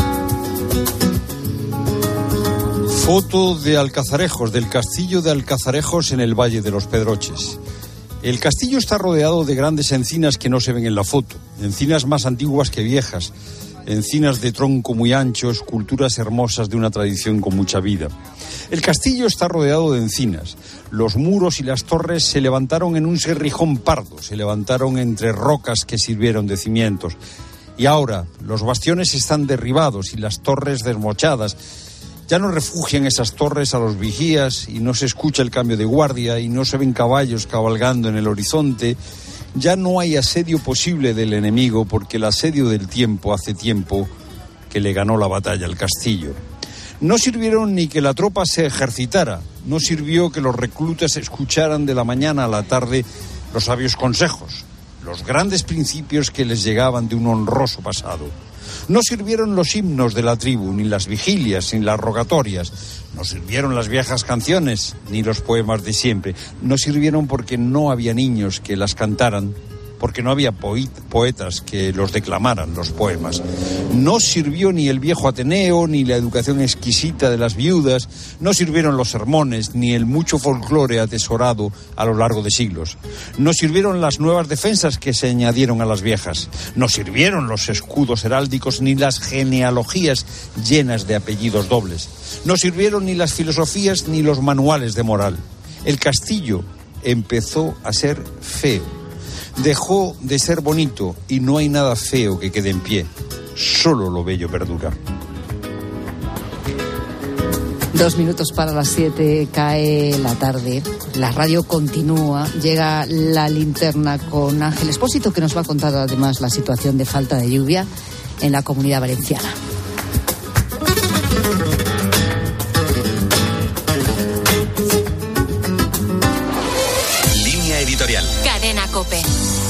Foto de Alcazarejos, del castillo de Alcazarejos en el Valle de los Pedroches. El castillo está rodeado de grandes encinas que no se ven en la foto, encinas más antiguas que viejas, encinas de tronco muy ancho, esculturas hermosas de una tradición con mucha vida. El castillo está rodeado de encinas. Los muros y las torres se levantaron en un serrijón pardo, se levantaron entre rocas que sirvieron de cimientos. Y ahora los bastiones están derribados y las torres desmochadas. Ya no refugian esas torres a los vigías y no se escucha el cambio de guardia y no se ven caballos cabalgando en el horizonte. Ya no hay asedio posible del enemigo porque el asedio del tiempo hace tiempo que le ganó la batalla al castillo. No sirvieron ni que la tropa se ejercitara, no sirvió que los reclutas escucharan de la mañana a la tarde los sabios consejos, los grandes principios que les llegaban de un honroso pasado. No sirvieron los himnos de la tribu, ni las vigilias, ni las rogatorias. No sirvieron las viejas canciones, ni los poemas de siempre. No sirvieron porque no había niños que las cantaran, porque no había poetas que los declamaran, los poemas. No sirvió ni el viejo Ateneo, ni la educación exquisita de las viudas. No sirvieron los sermones, ni el mucho folclore atesorado a lo largo de siglos. No sirvieron las nuevas defensas que se añadieron a las viejas. No sirvieron los escudos heráldicos, ni las genealogías llenas de apellidos dobles. No sirvieron ni las filosofías, ni los manuales de moral. El castillo empezó a ser feo. Dejó de ser bonito y no hay nada feo que quede en pie. Solo lo bello perdura. 2 minutos para las 7, cae la tarde. La radio continúa. Llega la linterna con Ángel Expósito, que nos va a contar además la situación de falta de lluvia en la Comunidad Valenciana. Línea editorial. Cadena COPE.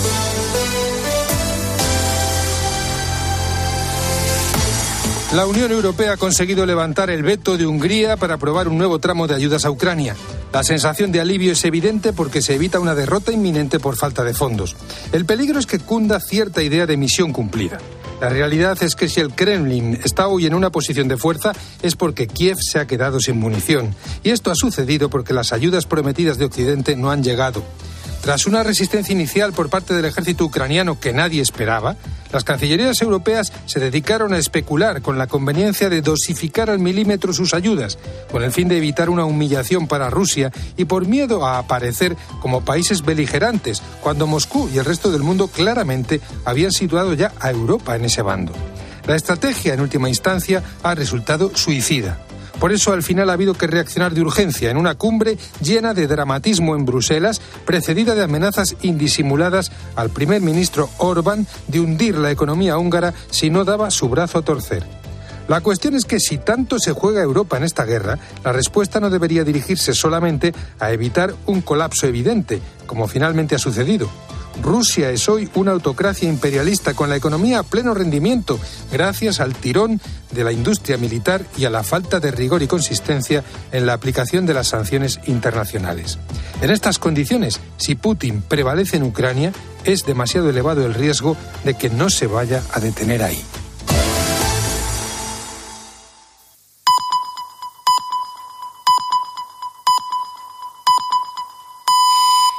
La Unión Europea ha conseguido levantar el veto de Hungría para aprobar un nuevo tramo de ayudas a Ucrania. La sensación de alivio es evidente porque se evita una derrota inminente por falta de fondos. El peligro es que cunda cierta idea de misión cumplida. La realidad es que si el Kremlin está hoy en una posición de fuerza es porque Kiev se ha quedado sin munición. Y esto ha sucedido porque las ayudas prometidas de Occidente no han llegado. Tras una resistencia inicial por parte del ejército ucraniano que nadie esperaba, Las cancillerías europeas se dedicaron a especular con la conveniencia de dosificar al milímetro sus ayudas, con el fin de evitar una humillación para Rusia y por miedo a aparecer como países beligerantes, cuando Moscú y el resto del mundo claramente habían situado ya a Europa en ese bando. La estrategia, en última instancia, ha resultado suicida. Por eso, al final ha habido que reaccionar de urgencia en una cumbre llena de dramatismo en Bruselas, precedida de amenazas indisimuladas al primer ministro Orbán de hundir la economía húngara si no daba su brazo a torcer. La cuestión es que si tanto se juega Europa en esta guerra, la respuesta no debería dirigirse solamente a evitar un colapso evidente, como finalmente ha sucedido. Rusia es hoy una autocracia imperialista con la economía a pleno rendimiento, gracias al tirón de la industria militar y a la falta de rigor y consistencia en la aplicación de las sanciones internacionales. En estas condiciones, si Putin prevalece en Ucrania, es demasiado elevado el riesgo de que no se vaya a detener ahí.